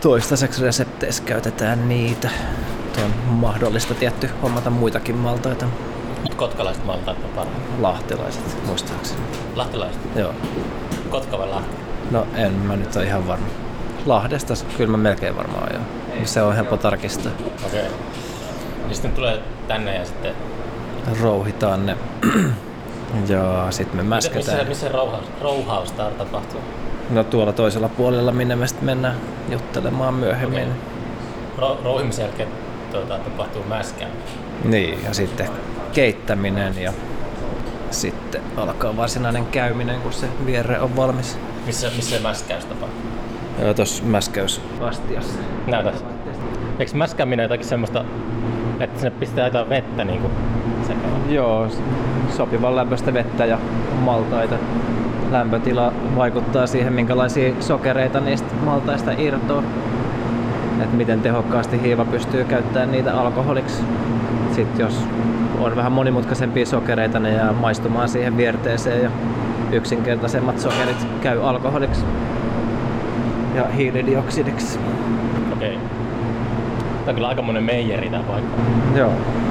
Toistaiseksi resepteissä käytetään niitä. On mahdollista tietty hommata muitakin maltaita. Kotkalaiset maltaat on parhaat. Lahtelaiset, muistaakseni. Lahtelaiset? Joo. Kotka vai Lahti? No en mä nyt ole ihan varma. Lahdesta kyllä mä melkein varmaan joo. Se on helppo tarkistaa. Okei. Ja sitten tulee tänne ja sitten... Rouhitaan ne. Ja sitten me mäskätään. Missä rouhaus tapahtuu? No tuolla toisella puolella, minne me sitten mennään juttelemaan myöhemmin. Okay. Rouhimisen jälkeen tapahtuu mäskää. Niin, ja sitten keittäminen ja sitten alkaa varsinainen käyminen, kun se vierre on valmis. Missä mäskäys tapahtuu? Tuossa mäskäysastiassa. Näytäs. Eikö mäskääminen jotakin semmoista, että sinne pistää jotain vettä niinku sekaan? Joo, sopivan lämpöistä vettä ja maltaita. Lämpötila vaikuttaa siihen, minkälaisia sokereita niistä maltaista irtoaa. Että miten tehokkaasti hiiva pystyy käyttämään niitä alkoholiksi. Sitten jos on vähän monimutkaisempia sokereita, ne jää maistumaan siihen vierteeseen ja yksinkertaisemmat sokerit käy alkoholiksi ja hiilidioksidiksi. Okei. Tämä on kyllä aikamoinen meijeri tää paikka. Joo.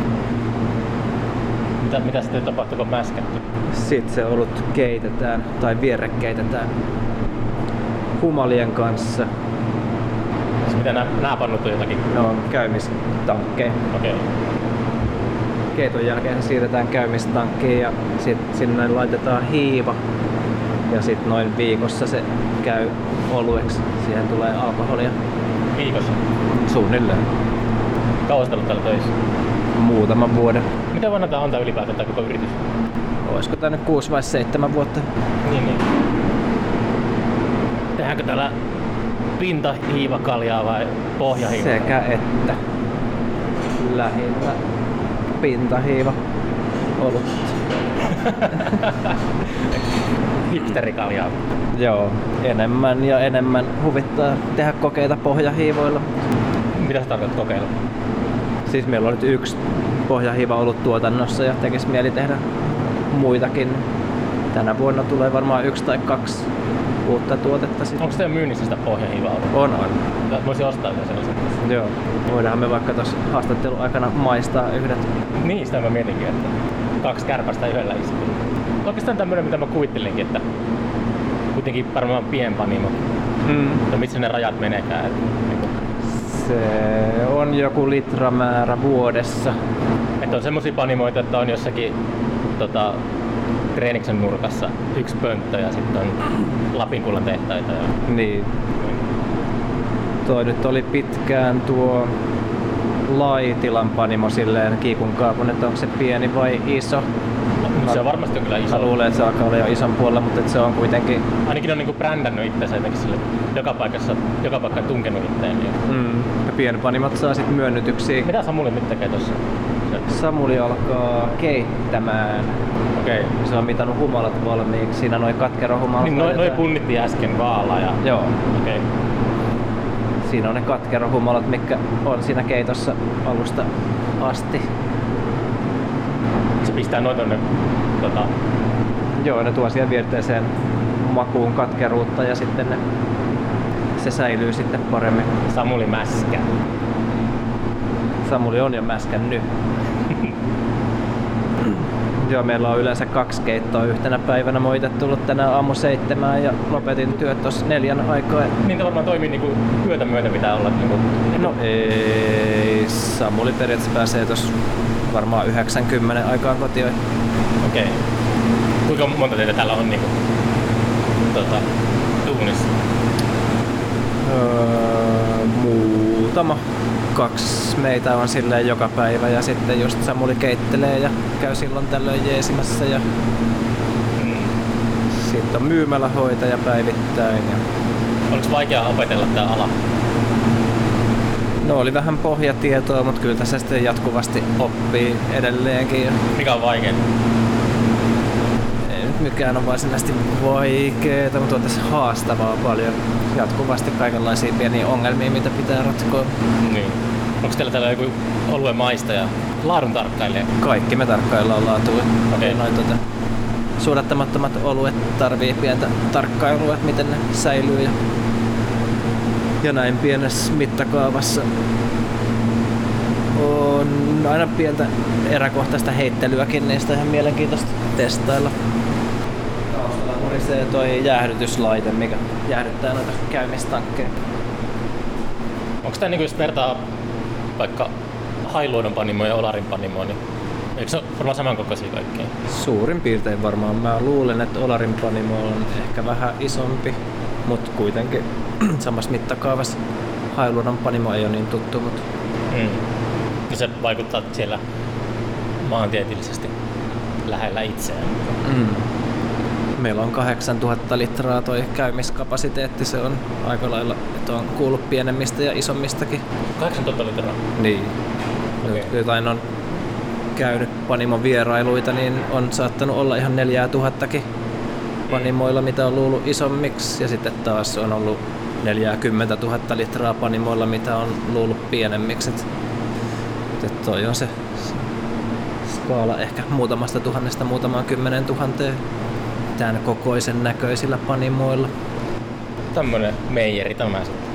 Mitä sitten tapahtuu, kun mäskätty? Sitten se olut keitetään tai vierre keitetään humalien kanssa. Mitä nää pannut on jotakin? No on käymistankkeja. Okei. Keiton jälkeen siirretään käymistankkiin ja sitten sinne laitetaan hiiva. Ja sitten noin viikossa se käy olueksi. Siihen tulee alkoholia. Viikossa? Suunnilleen. Kauan olet täällä töissä? Muutaman vuoden. Mitä vanha tää on tää ylipäätään tää koko yritys? Olisiko tää nyt 6 vai 7 vuotta? Niin. Tehdäänkö täällä pintahiivakaljaa vai pohjahiivaa? Sekä että. Lähinnä pintahiiva olut. Hipsterikaljaa. Joo, enemmän ja enemmän huvittaa tehdä kokeita pohjahiivoilla. Mitä sä tarkoitat kokeilla? Siis meillä on nyt 1 pohjahiiva ollut tuotannossa ja tekisi mieli tehdä muitakin. Tänä vuonna tulee varmaan 1 tai 2 uutta tuotetta. Onko teidän myynnissä sitä pohjahiivaa? On. Mä voisin ostaa yhden sellaisen. Joo. Voidaan me vaikka tuossa haastattelun aikana maistaa yhdet. Niin, sitä mä mietinkin, että 2 kärpästä yhdellä iskulla. Oikeastaan tämmönen, mitä mä kuvittelinkin, että kuitenkin varmaan pienpanimo. Mutta missä ne rajat meneekään? Se on joku litramäärä vuodessa. Että on semmosia panimoita, että on jossakin Treeniksen nurkassa 1 pönttö ja sitten on Lapinkullan tehtaita. Niin. Toi nyt oli pitkään tuo Laitilan panimo silleen kiikun kaapun, että onko se pieni vai iso. Se on varmasti kyllä iso. Mä luulen, että se alkaa olla jo ison puolella, mutta se on kuitenkin... Ainakin on niinku brändännyt itseänsä jotenkin sille joka paikka tunkenut itteen. Ja pienpanimot saa sit myönnytyksiä. Mitä Samuli nyt tekee tossa? Samuli alkaa keittämään. Okei. Se on mitannut humalat valmiiksi. Siinä noi katkerohumalat. Niin noi punnittiin äsken vaalla ja... Joo. Okei. Siinä on ne katkerohumalat, mitkä on siinä keitossa alusta asti. Se pistää noin tonne Joo, ne tuo siihen vierteeseen makuun katkeruutta ja sitten se säilyy sitten paremmin. Samuli mäskä. Samuli on jo mäskännyt. Joo, meillä on yleensä 2 keittoa yhtenä päivänä. Mä oon itse tullut tänään aamu 7 ja lopetin työt tuossa 4 aikaa. Niin te varmaan toimii niinku yötä myötä pitää olla niinku... No ei, Samuli periaatteessa pääsee tuossa varmaan 90 aikaan kotiin. Okei. Kuinka monta teitä täällä on niinku duunissa? Muutama. 2 meitä on silleen joka päivä ja sitten just Samuli keittelee ja käy silloin tällöin jeesimässä ja sitten on myymälähoitaja päivittäin. Ja... Oliko vaikea opetella tää ala? No oli vähän pohjatietoa, mutta kyllä tässä sitten jatkuvasti oppii edelleenkin. Mikä on vaikea? Ei nyt mikään on varsinaisesti vaikeeta, mutta on tässä haastavaa paljon. Jatkuvasti kaikenlaisia pieniä ongelmia, mitä pitää ratkoa. Niin. Onko teillä täällä joku oluen maistaja, laadun tarkkailija? Kaikki me tarkkaillaan laatua. Okei. Suodattamattomat oluet tarvii pientä tarkkailua, että miten ne säilyy. Ja Ja näin pienessä mittakaavassa on aina pientä eräkohtaista heittelyäkin, niistä ihan mielenkiintoista testailla. Taustalla murisee toi jäähdytyslaite, mikä jäähdyttää noita käymistankkeja. Onko tää jos vertaa vaikka Hailuodon panimoon ja Olarin panimoon, niin eikö se ole varmaan samankokoisia kaikkea? Suurin piirtein varmaan. Mä luulen, että Olarin panimo on ehkä vähän isompi, mutta kuitenkin samassa mittakaavassa. Hailuodon panimo ei ole niin tuttu, mutta... Ja se vaikuttaa siellä maantieteellisesti lähellä itseään. Meillä on 8000 litraa toi käymiskapasiteetti. Se on aika lailla, että on kuullut pienemmistä ja isommistakin. 8000 litraa? Niin. Okay. Jotain on käynyt panimon vierailuita, niin on saattanut olla ihan 4000kin panimoilla, mitä on luullut isommiksi. Ja sitten taas on ollut 40 000 litraa panimoilla, mitä on luullut pienemmiksi. Että toi on se skaala ehkä muutamasta tuhannesta muutamaan 10 000 tämän kokoisen näköisillä panimoilla. Tämmönen meijeri tämä sitten.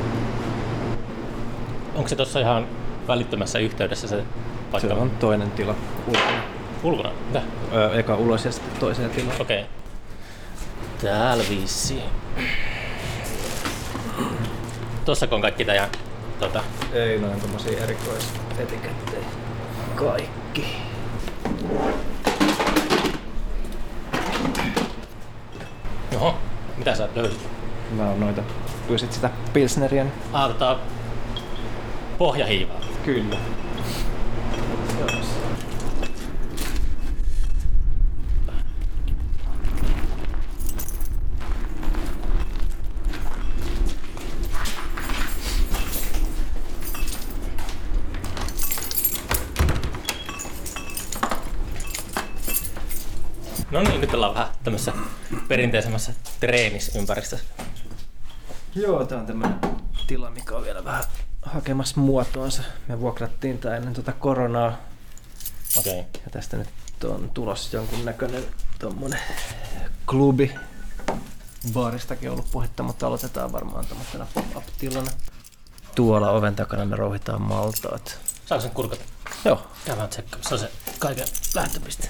Onko se tossa ihan välittömässä yhteydessä se paikka? Se on toinen tila ulkona. Ulkona? Mitä? Eka ulos ja sitten toiseen tilaan. Okei. Okay. Täällä vissiin. Tossako on kaikki tää Ei, noin tommosia erikoisetikettejä. Kaikki. Oho, mitä sä löysit? Mä oon noita. Pyysit sitä pilsneriä? Pohjahiivaa. Kyllä. No niin, nyt ollaan vähän tämmössä perinteisemmässä treenisympäristessä. Joo, tää on tämmönen tila, mikä on vielä vähän hakemassa muotoonsa. Me vuokrattiin tää ennen koronaa. Okei. Ja tästä nyt on tulossa jonkunnäköinen tommonen klubi. Baaristakin on ollut puhetta, mutta aloitetaan varmaan tommosena pop-up-tilana. Tuolla oven takana me rouhitaan maltaat. Saanko sen kurkata? Joo. Käydään tsekkaamassa. Se on se kaiken lähtöpiste.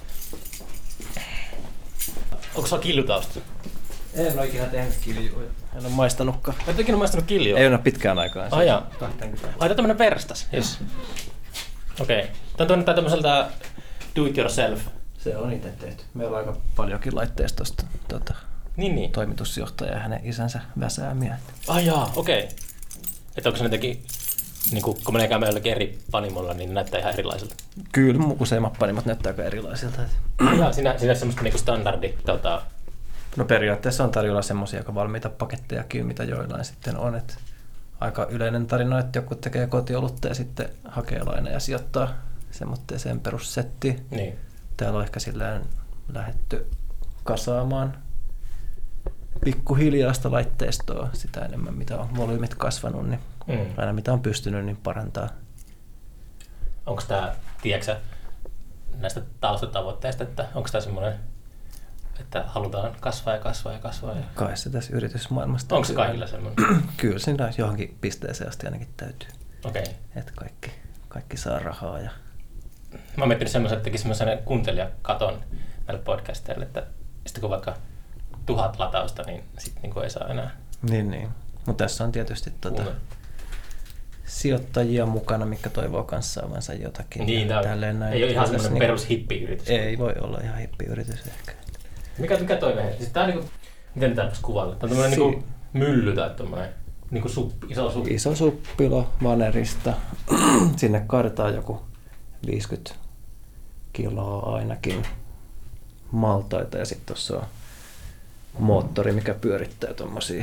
Onko sulla kiljutausta? En ole ikinä tehnyt kiljuja. En ole maistanutkaan. Et ikinä maistanut kiljua? Ei ole pitkään aikaan. Ai jaa. Ai tää tämmönen verstas. Yes. Okei. Tää on tämmöseltä do it yourself. Se on itse tehty. Meillä on aika paljonkin laitteistosta Niin. toimitusjohtaja ja hänen isänsä väsäämiä. Ai jaa, okei. Että onko se jotenkin, niin kun menee käymään jollakin eri panimolla, niin ne näyttää ihan erilaiselta? Kyllä, useimmat panimot näyttää aika erilaisilta. Jaa, siinä on semmoista niinku standardi. No periaatteessa on tarjolla semmoisia aika valmiita pakettejakin, mitä joillain sitten on. Et aika yleinen tarina, että joku tekee kotiolutta ja sitten hakee laina ja sijoittaa semmoitteeseen perussettiin. Niin. Täällä on ehkä silleen lähdetty kasaamaan pikkuhiljaista laitteistoa sitä enemmän, mitä on volyymit kasvanut, niin aina mitä on pystynyt, niin parantaa. Onko tämä, tiedätkö näistä taustatavoitteista, että onko tämä semmoinen, että halutaan kasvaa ja kasvaa ja kasvaa? Kai se tässä yritysmaailmasta. Onko se kaikilla semmoinen? Kyllä siinä johonkin pisteeseen asti ainakin täytyy. Okei. Että kaikki saa rahaa. Ja... Mä oon miettinyt semmoisen, että teki semmoisen kuuntelijakaton näille podcasteille, että sitten kun vaikka 1000 latausta, niin sitten niin ei saa enää. Niin. Mutta tässä on tietysti sijoittajia mukana, mitkä toivoo kanssa saavansa jotakin. Niin, ei ole ihan semmoinen perus hippiyritys. Ei voi olla ihan hippiyritys ehkä. Mikä toi mehän? Siis tää on niinku, miten tää voisi kuvailla? Tää on tommonen niinku mylly tai tommonen niinku iso suppilo. Iso suppilo vanerista. Sinne kaadetaan joku 50 kiloa ainakin maltaita ja sitten tuossa on moottori, mikä pyörittää tommosia,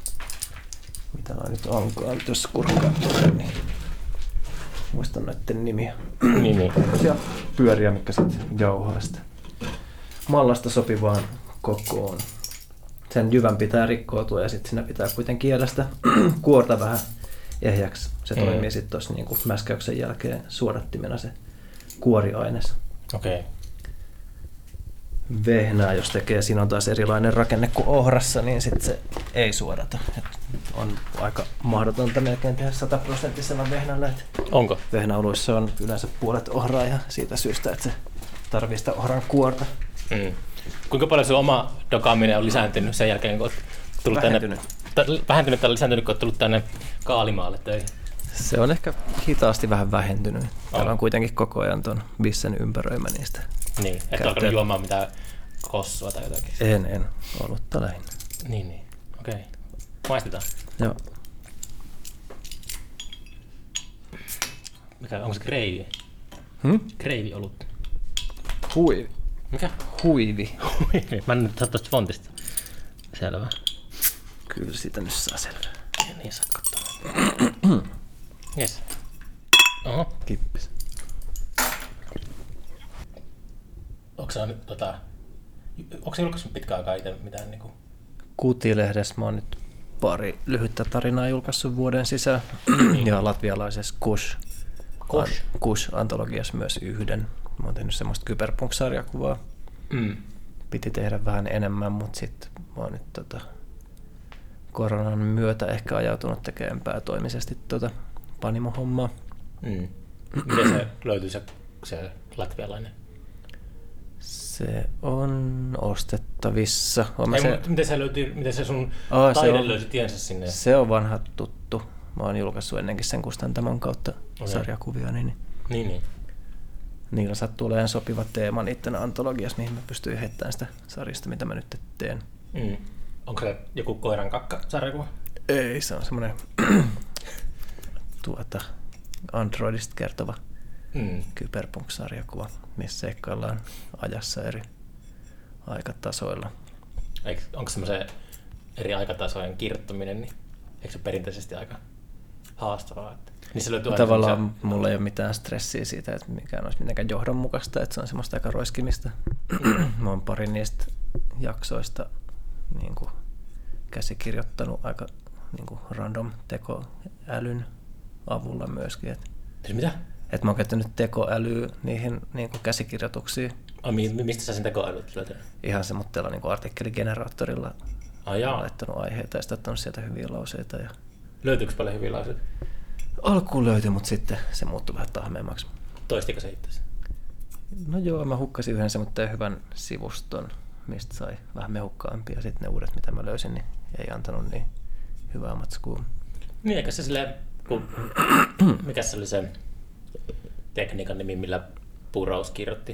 mitä noin nyt onkaan, jos kurkkaa tuolle, niin muistan noitten nimiä. Niin. Ja pyöriä, mitkä sitten jauhaa sitä mallasta sopivaan kokoon. Sen jyvän pitää rikkoutua ja sitten siinä pitää kuitenkin jäädä sitä kuorta vähän ehjäksi. Se toimii sitten tuossa niinku mäskäyksen jälkeen suodattimena se kuoriaines. Okei. vehnää, jos tekee, siinä on taas erilainen rakenne kuin ohrassa, niin sitten se ei suodata. Et on aika mahdotonta melkein tehdä 100% vehnällä. Onko? Vehnäoluissa on yleensä puolet ohraa ja siitä syystä, että se tarvii sitä ohran kuorta. Kuinka paljon sun oma dokaaminen on lisääntynyt sen jälkeen, kun olet tullut vähentynyt tai lisääntynyt, kun olet tullut tänne Kaalimaalle töihin? Se on ehkä hitaasti vähän vähentynyt. Täällä on kuitenkin koko ajan tuon bissen ympäröimä niistä. Niin, et alkanut juomaan mitään kossua tai jotakin? En. Olutta lähinnä. Niin. Okei. Maistetaan. Joo. Onko se kreivi? Kreivi olut. Huivi. Mikä? Huivi. Mä en nyt saa tuosta fontista. Selvä. Kyllä sitä nyt saa selvää. Niin saat katsoa. Jes. Oho. Kippis. Onko se nyt onko se julkaissut pitkään aikaa itse mitään niinku? Kuti-lehdessä mä oon nyt pari lyhyttä tarinaa julkaissut vuoden sisään. Ja latvialaisessa Kush-antologiassa myös yhden. Mä oon tehnyt semmoista kyberpunk-sarjakuvaa. Piti tehdä vähän enemmän, mutta sitten mä oon nyt koronan myötä ehkä ajautunut tekemään päätoimisesti Panimo-hommaa. Miten se löytyy se latvialainen? Se on ostettavissa. Miten se sun taide löysi tiensä sinne? Se on vanha tuttu. Mä oon julkaissut ennenkin sen kustantamon kautta sarjakuvia. Niin. Niillä sattuu olemaan sopiva teema niiden antologiassa, mihin mä pystyin heittämään sitä sarjasta, mitä mä nyt teen. Onko se joku koiran kakka-sarjakuva? Ei, se on semmoinen Androidista kertova kyberpunk-sarjakuva, missä seikkaillaan ajassa eri aikatasoilla. Onko semmoisen eri aikatasojen kirjoittaminen, niin eikö se perinteisesti aika haastavaa? Niin se tavallaan mulla ei ole mitään stressiä siitä, että mikään olisi mitenkään johdonmukaista, että se on semmoista aika roiskimista. Mä oon pari niistä jaksoista niin kuin käsikirjoittanut aika niin kuin random tekoälyn avulla myöskin. Mitä? Että mä oon käyttänyt tekoälyä niihin niin kuin käsikirjoituksiin. Mistä sä sen tekoälyt löytät? Ihan semmoitteella niin kuin artikkeligeneraattorilla laittanut aiheita ja sitten ottanut sieltä hyviä lauseita. Ja löytyykö paljon hyviä lauseita? Alkuun löytyi, mutta sitten se muuttui vähän tahmeemmaksi. Toistiko se itse? No joo, mä hukkasin yhden semmoinen hyvän sivuston, mistä sai vähän mehukkaampia. Ja sitten ne uudet, mitä mä löysin, niin ei antanut niin hyvää matskua. Niin, eikä se silleen, mikä se oli se tekniikan nimi, millä Burroughs kirjoitti?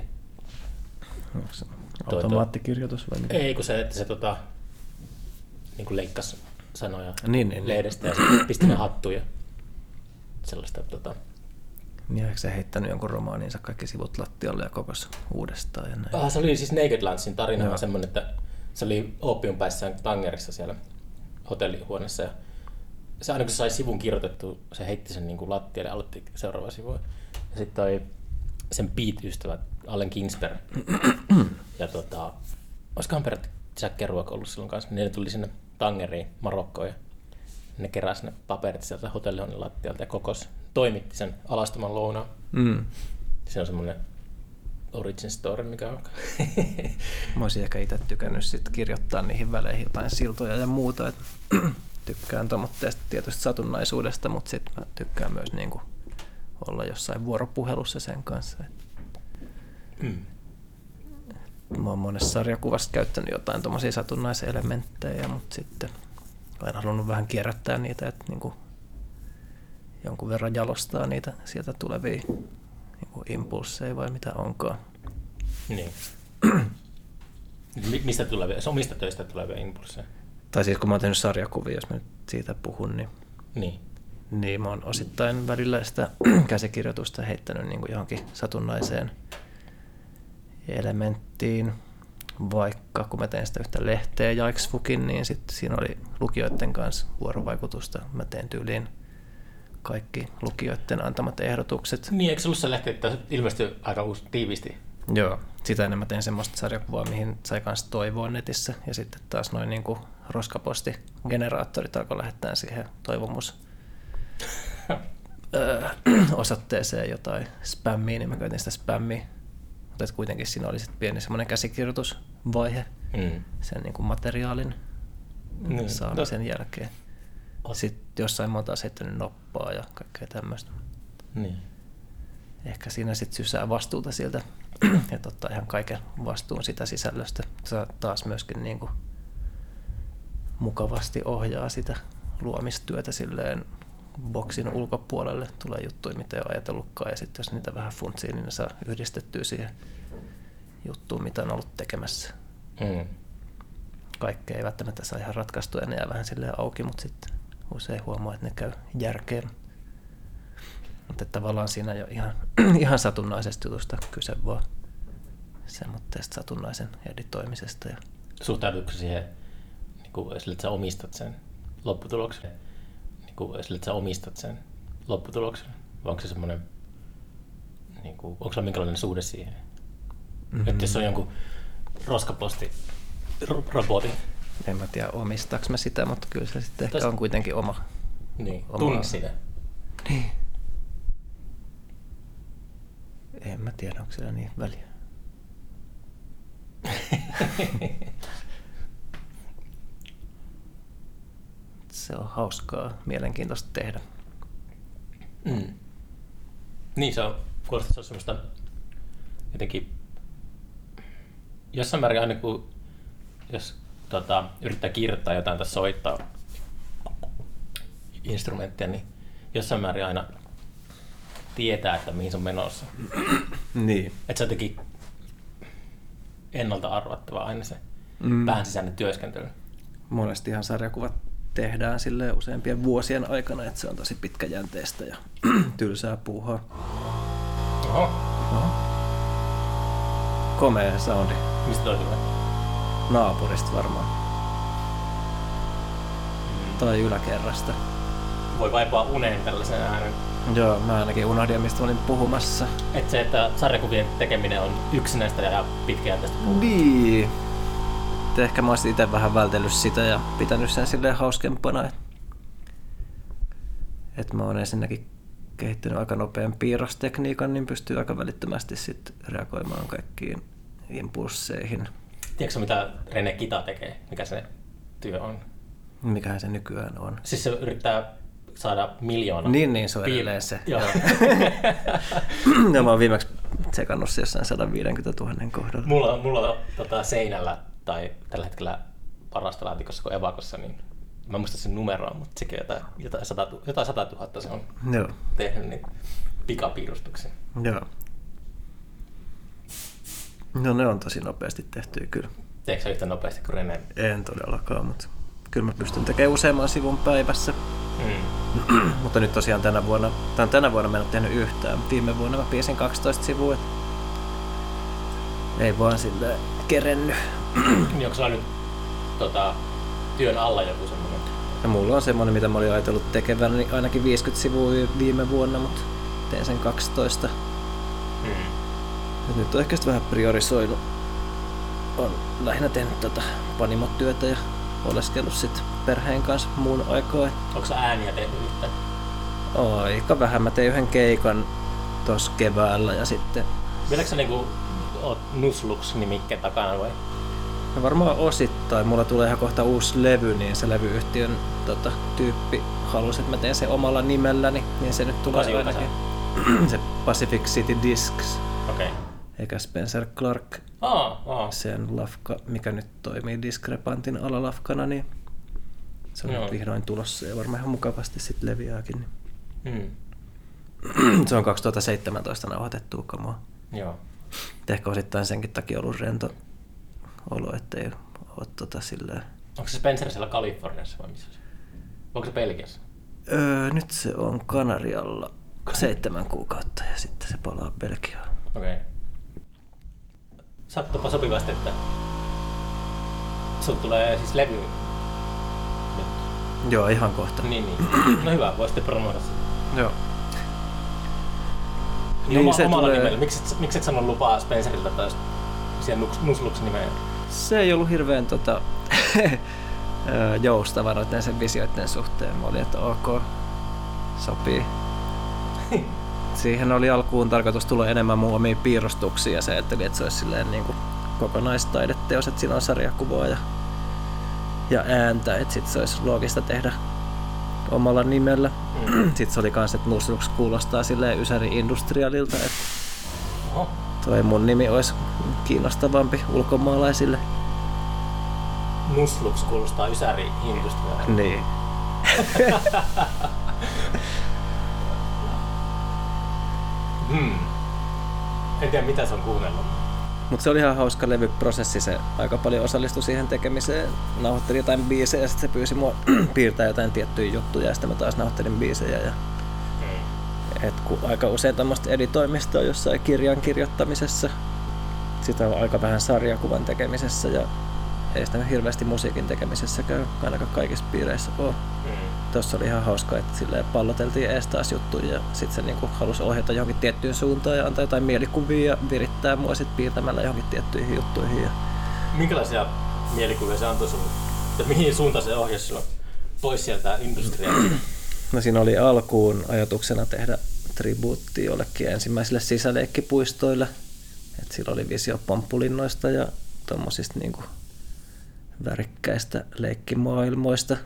Automaattikirjoitus vai mitä? Ei, kun se niin kuin leikkasi sanoja niin. lehdestä ja sitten pisti ne hattuja. Sellaista Niin, eikö se heittänyt jonkun romaaninsa kaikki sivut lattialle ja kokos uudestaan? Ja näin? Se oli siis Naked Lunchin tarina on semmoinen, että se oli oopiumpäissään Tangerissa siellä hotellihuoneessa ja se aina kun se sai sivun kirjoitettu, se heitti sen niin kuin lattialle ja aloitti seuraava sivua. Ja sitten toi sen Beat-ystävä Allen Ginsberg ja olisikohan peräti Jack Kerouac ollut silloin kanssa, niin ne tuli sinne Tangeriin, Marokkoon ja ne keräsi ne paperit sieltä hotellihuoneen lattialta ja toimitti sen alastoman lounaan. Se on semmoinen origin story, mikä on. Mä olisin ehkä itse tykännyt sit kirjoittaa niihin väleihin jotain siltoja ja muuta. Et tykkään tuommoitteesta tietysti satunnaisuudesta, mutta sitten mä tykkään myös niinku olla jossain vuoropuhelussa sen kanssa. Mä oon monessa sarjakuvassa käyttänyt jotain tommosia satunnaisia elementtejä, mutta sitten olen halunnut vähän kierrättää niitä, että niinku jonkun verran jalostaa niitä sieltä tulevia niinku impulsseja vai mitä onkaan. Niin. Mistä tulevia? Se on mistä töistä tulevia impulsseja? Tai siis kun mä oon tehnyt sarjakuvia, jos mä nyt siitä puhun, niin mä oon osittain välillä sitä käsikirjoitusta heittänyt niinku johonkin satunnaiseen elementtiin. Vaikka kun mä tein sitä yhtä lehteä Jaiksfukin, niin sitten siinä oli lukijoiden kanssa vuorovaikutusta. Mä tein tyyliin kaikki lukijoiden antamat ehdotukset. Niin, eikö se ollut se lehti, että ilmestyi aika tiiviisti? Joo, sitä ennen mä tein semmoista sarjakuvaa, mihin sai kanssa toivoa netissä. Ja sitten taas noin niinku roskapostigeneraattorit alkoi lähettää siihen osoitteeseen jotain spämmiä, niin mä käytin sitä spämmiä Mutta kuitenkin siinä oli sitten pieni semmoinen käsikirjoitusvaihe sen niin kuin materiaalin saamisen jälkeen. Sitten jossain mä oon taas heittänyt noppaa ja kaikkea tämmöistä. Niin. Ehkä siinä sitten sysää vastuuta sieltä, että ottaa ihan kaiken vastuun sitä sisällöstä. Se taas myöskin niin kuin mukavasti ohjaa sitä luomistyötä silleen boksin ulkopuolelle. Tulee juttuja, mitä ei ole ajatellutkaan, ja sitten jos niitä vähän funtsii, niin ne saa yhdistettyä siihen juttuun, mitä on ollut tekemässä. Kaikkea ei välttämättä saa ihan ratkaistua, ja ne jää vähän silleen auki, mutta sitten usein huomaa, että ne käy järkeen. Mutta tavallaan siinä ei ole ihan satunnaisesta jutusta kyse, vaan semmoitteesta satunnaisen editoimisesta. Suhtauduuko siihen, niin kuin, että sä omistat sen lopputuloksen? Niin kuin, että sä omistat sen lopputuloksen? Vai onko se semmoinen, niin kuin, onko se minkälainen suhde siihen? Että jos on jonkun roskaposti-robotin. En mä tiedä, omistaaks mä sitä, mutta kyllä se sitten ehkä on kuitenkin oma. Niin, tunne sitä. Niin. En mä tiedä, onko sillä niin väliä. Se on hauskaa, mielenkiintoista tehdä. Niin, se on, kuulostaa, se on semmoista jotenkin jossain määrin aina kun jos yrittää kirjoittaa jotain tai soittaa instrumenttia, niin jossain määrin aina tietää, että mihin se on menossa. Niin. Että se on jotenkin ennalta arvattavaa aina se pään sisäinen työskentely. Monestihan sarjakuvat tehdään silleen useampien vuosien aikana, että se on tosi pitkäjänteistä ja tylsää puuhaa. Oho. Komea soundi. Mistä toi tulee? Naapurista varmaan. Tai yläkerrasta. Voi vaipua uneen tällaisen äänen. Joo, mä ainakin unohdin, mistä olin puhumassa. Että se, että sarjakuvien tekeminen on yksinäistä ja pitkäjänteistä puuhaa. Niin. Ehkä mä olisin itse vähän vältellyt sitä ja pitänyt sen silleen hauskempana. Että mä oon ensinnäkin kehittynyt aika nopean piirrostekniikan, niin pystyy aika välittömästi sit reagoimaan kaikkiin impulsseihin. Tiedätkö mitä Rene Kita tekee? Mikä se työ on? Mikähän se nykyään on? Siis se yrittää saada 1 miljoona. Niin, se on edelleen se. Joo. No, mä oon viimeksi tsekannut se jossain 150 000 kohdalla. Mulla on seinällä tai tällä hetkellä parastolaatikossa kuin evakossa, niin mä muistan sen numeroa, mutta sekin jotain 100 000 se on tehnyt niin pikapiirustuksen. Joo. No ne on tosi nopeasti tehtyä kyllä. Teekö sä yhtä nopeasti kuin René? En todellakaan, mutta kyllä mä pystyn tekemään useamman sivun päivässä. Mutta nyt tosiaan tänä vuonna mä en ole tehnyt yhtään. Viime vuonna mä piirsin 12 sivua. Ei vaan silleen kerennyt. Niin onko sulla nyt työn alla joku semmoinen? Ja mulla on semmoinen, mitä mä olin ajatellut tekevän, niin ainakin 50 sivua viime vuonna, mutta tein sen 12. Nyt on ehkä vähän priorisoinut. On lähinnä tehnyt panimotyötä ja oleskellut sit perheen kanssa muun aikaa. Onko sä ääniä tehnyt yhtä? Aika vähän. Mä tein yhden keikan tossa keväällä ja sitten... Vieläkö sä niinku oot Nuslux-nimikkeen takana vai? No varmaan osittain. Mulla tulee ihan kohta uusi levy, niin se levyyhtiön tyyppi halusi, että mä teen sen omalla nimelläni, niin se nyt tulee ainakin. Se Pacific City Discs. Okei. Eikä Spencer Clark. Sen lafka, mikä nyt toimii Discrepantin alalafkana, niin se on nyt vihdoin tulossa ja varmaan ihan mukavasti sit leviääkin. Se on 2017 nauhoitettua kamaa. Joo. Ehkä osittain senkin takia ollut rento olo, ettei ole silleen... Onko se Spencer siellä Kaliforniassa vai missä se? Onko se Belgiassa? Nyt se on Kanarialla 7 kuukautta ja sitten se palaa Belgiaan. Okei. Sattupa sopivasti, että sulla tulee siis levy nyt. Joo, ihan kohta. Niin. No hyvä, voisitte promoida sitä. Joo. Niin omalla nimellä. Miksi et sano lupaa Spenceriltä tai siihen Nusluksen nimeen? Se ei ollut hirveän joustava noiden sen visioiden suhteen. Mä olin, että ok, sopii. siihen oli alkuun tarkoitus tulla enemmän mun omia piirustuksia ja se ajatteli, että se olisi silleen niin kuin kokonaistaideteos, että siinä on sarjakuvaa ja ääntä, että sit se olisi loogista tehdä omalla nimellä. Sitten se oli kans, että Nuslux kuulostaa silleen Ysäri Industrialilta, että toi mun nimi olisi kiinnostavampi ulkomaalaisille. Nuslux kuulostaa Ysäri Industrialilta. Niin. En tiedä mitä se on kuunnellut. Mutta se oli ihan hauska levyprosessi, se aika paljon osallistui siihen tekemiseen. Nauhoittelin jotain biisejä ja sitten se pyysi mua piirtää jotain tiettyjä juttuja ja sitten mä taas nauhoittelin biisejä. Aika usein tämmöistä editoimista on jossain kirjan kirjoittamisessa. Sitä on aika vähän sarjakuvan tekemisessä ja ei sitä hirveästi musiikin tekemisessä käy ainakaan kaikissa piireissä ole. Tuossa oli ihan hauska, että silleen palloteltiin ees taas juttuja ja sitten se niinku halusi ohjata johonkin tiettyyn suuntaan ja antaa jotain mielikuvia ja virittää mua sit piirtämällä johonkin tiettyihin juttuihin. Ja... Minkälaisia mielikuvia se antoi sinulle? Ja mihin suuntaan se ohjasi sinua pois sieltä industrialista? No siinä oli alkuun ajatuksena tehdä tribuutti jollekin ensimmäisille sisäleikkipuistoille. Et sillä oli visio pomppulinnoista ja tommosista niinku värikkäistä leikkimaailmoista.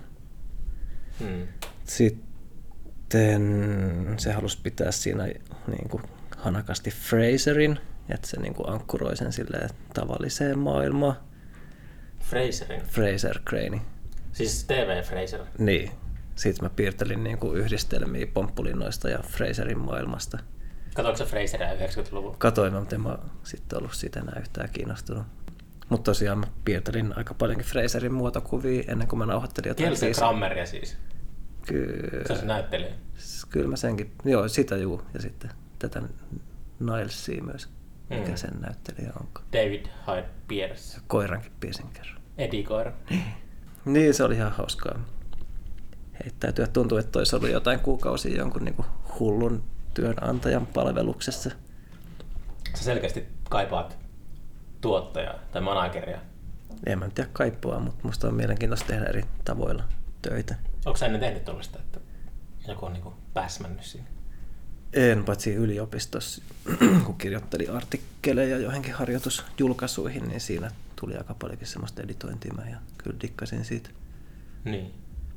Sitten se halusi pitää siinä niinku hanakasti Fraserin, että se niinku ankkuroi sen silleen tavalliseen maailmaan. Fraserin? Fraser Crane. Siis TV Fraser? Niin. Sitten mä piirtelin niinku yhdistelmiä pomppulinnoista ja Fraserin maailmasta. Katoitko sä Fraseria 90-luvulla? Katoin, mutta en mä sitten ollut siitä enää yhtään kiinnostunut. Mutta tosiaan mä piirtelin aika paljonkin Fraserin muotokuvia ennen kuin mä nauhoittelin jotain biisiä. Kielisen Grammeria siis? Kyllä. Se on se näyttelijä? Kyllä mä senkin. Joo, sitä juu. Ja sitten tätä Nilesia myös. Mikä sen näyttelijä onko? David Hyde Pierce. Ja koirankin piirsin kerran. Eddie Koira. Niin, se oli ihan hauskaa. Heittäytyä tuntuu, että olisi ollut jotain kuukausia jonkun niinku hullun työnantajan palveluksessa. Sä selkeästi kaipaat tuottajaa tai manageria. En mä nyt tiedä kaipua, mutta musta on mielenkiintoista tehdä eri tavoilla töitä. Onko sä ennen tehnyt tuollaista, että joku on niinku pääsmännyt siinä? En, paitsi yliopistossa, kun kirjoittelin artikkeleja johonkin harjoitusjulkaisuihin, niin siinä tuli aika paljonkin semmoista editointia ja kyllä dikkasin siitä. Niin.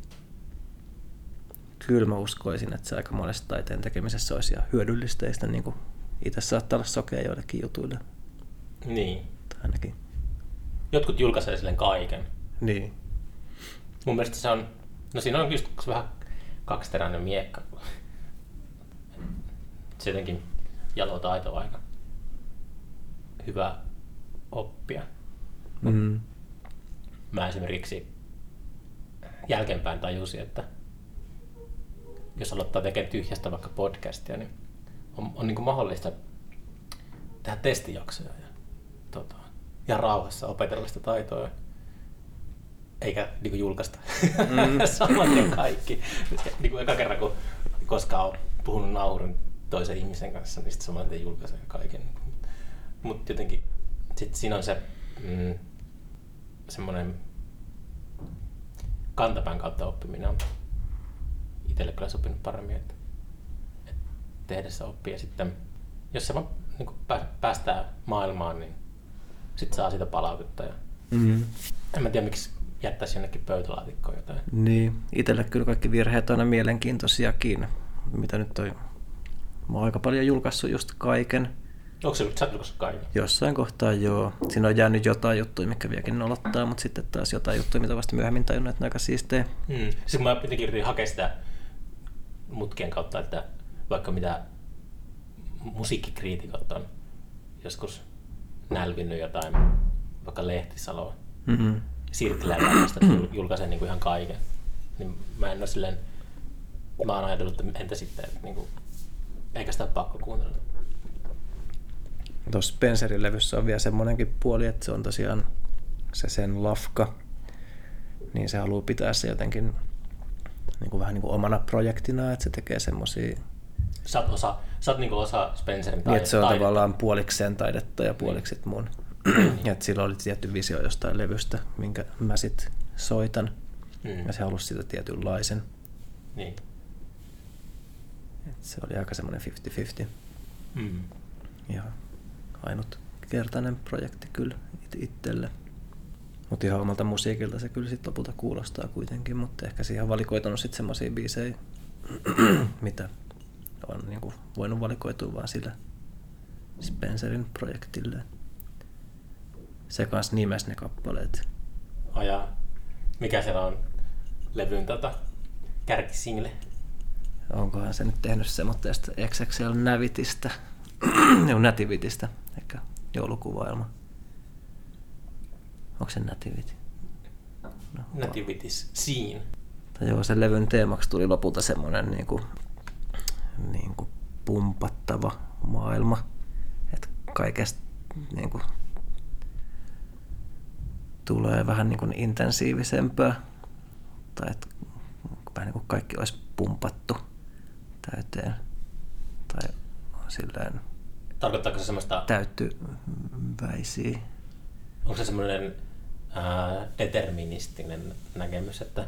Kyllä mä uskoisin, että se aika monessa taiteen tekemisessä olisi ihan hyödyllistä, ja sitten niin itse saattaa olla sokea joillekin jutuille. Niin. Tai ainakin. Jotkut julkaisee silleen kaiken. Niin. Mun mielestä se on, no siinä on just vähän kaksiteräinen miekka. Se jotenkin jalo taito aika hyvä oppia. Mä esimerkiksi jälkeenpäin tajusin, että jos aloittaa tekemään tyhjästä vaikka podcastia, niin on niin kuin mahdollista tehdä testijaksoja ja rauhassa opetella sitä taitoa, eikä niin kuin julkaista saman tien kaikki. Niin kuin eka kerran, kun koskaan olen puhunut naurin toisen ihmisen kanssa, niin sitten saman tien julkaisen kaiken. Mutta jotenkin sitten siinä on se semmoinen kantapään kautta oppiminen on itselle kyllä sopinut paremmin, että tehdessä oppii. Ja sitten jos se vaan niin päästää maailmaan, niin sitten saa siitä palautetta. Ja en mä tiedä, miksi jättäisi jonnekin pöytälaatikkoon jotain. Niin, itselle kyllä kaikki virheet on aina mielenkiintoisiakin. Mitä nyt on? Mä oon aika paljon julkaissut just kaiken. Onko se, sä oot julkaissut kaiken? Jossain kohtaa joo. Siinä on jäänyt jotain juttuja, mikä vieläkin nolottaa, mutta sitten taas jotain juttuja, mitä vasta myöhemmin tajunnut, että ne on aika siistejä. Sitten kun mä jotenkin yritin hakea sitä mutkien kautta, että vaikka mitä musiikkikriitikot on joskus nälvinnyt jotain, vaikka Lehtisaloa, Sirkkiläistä, että julkaisen niin kuin ihan kaiken. Niin mä en ole silleen, mä oon ajatellut, että entä sitten, että niin kuin, eikä sitä ole pakko kuunnella. Tuossa Spencerin levyssä on vielä semmoinenkin puoli, että se on tosiaan se sen lafka, niin se haluaa pitää se jotenkin niin kuin vähän niin kuin omana projektina, että se tekee semmosia. Sä oot niin kuin osa Spencerin taidetta. Niin, se on tavallaan puoliksi sen taidetta ja puoliksi mun. Ja että sillä oli tietty visio jostain levystä, minkä mä sit soitan. Ja se halusi sitä tietynlaisen. Niin. Se oli aika semmoinen 50-50. Ihan ainutkertainen projekti kyllä itselle. Mutta ihan omalta musiikilta se kyllä sit lopulta kuulostaa kuitenkin, mutta ehkä siihen on valikoitunut sitten semmosia biisejä, mitä on niinku voinut valikoitua vaan sillä Spencerin projektille. Se kans nimes ne kappaleet. Ajaa. Mikä siellä on levyn kärkisingle? Onkohan se nyt tehnyt semmoista XXL Navitistä, Nativitistä, ehkä joulukuvailma. Onko se Nativity? No, Nativity's Scene. Tai joo, sen levyn teemaksi tuli lopulta semmoinen niinku pumpattava maailma. Että kaikesta niinku tulee vähän niinku intensiivisempää. Tai että vähän niinku kaikki olisi pumpattu täyteen. Tai silleen tarkoittaako se semmoista täyttyväisiä? Onko se semmoinen deterministinen näkemys, että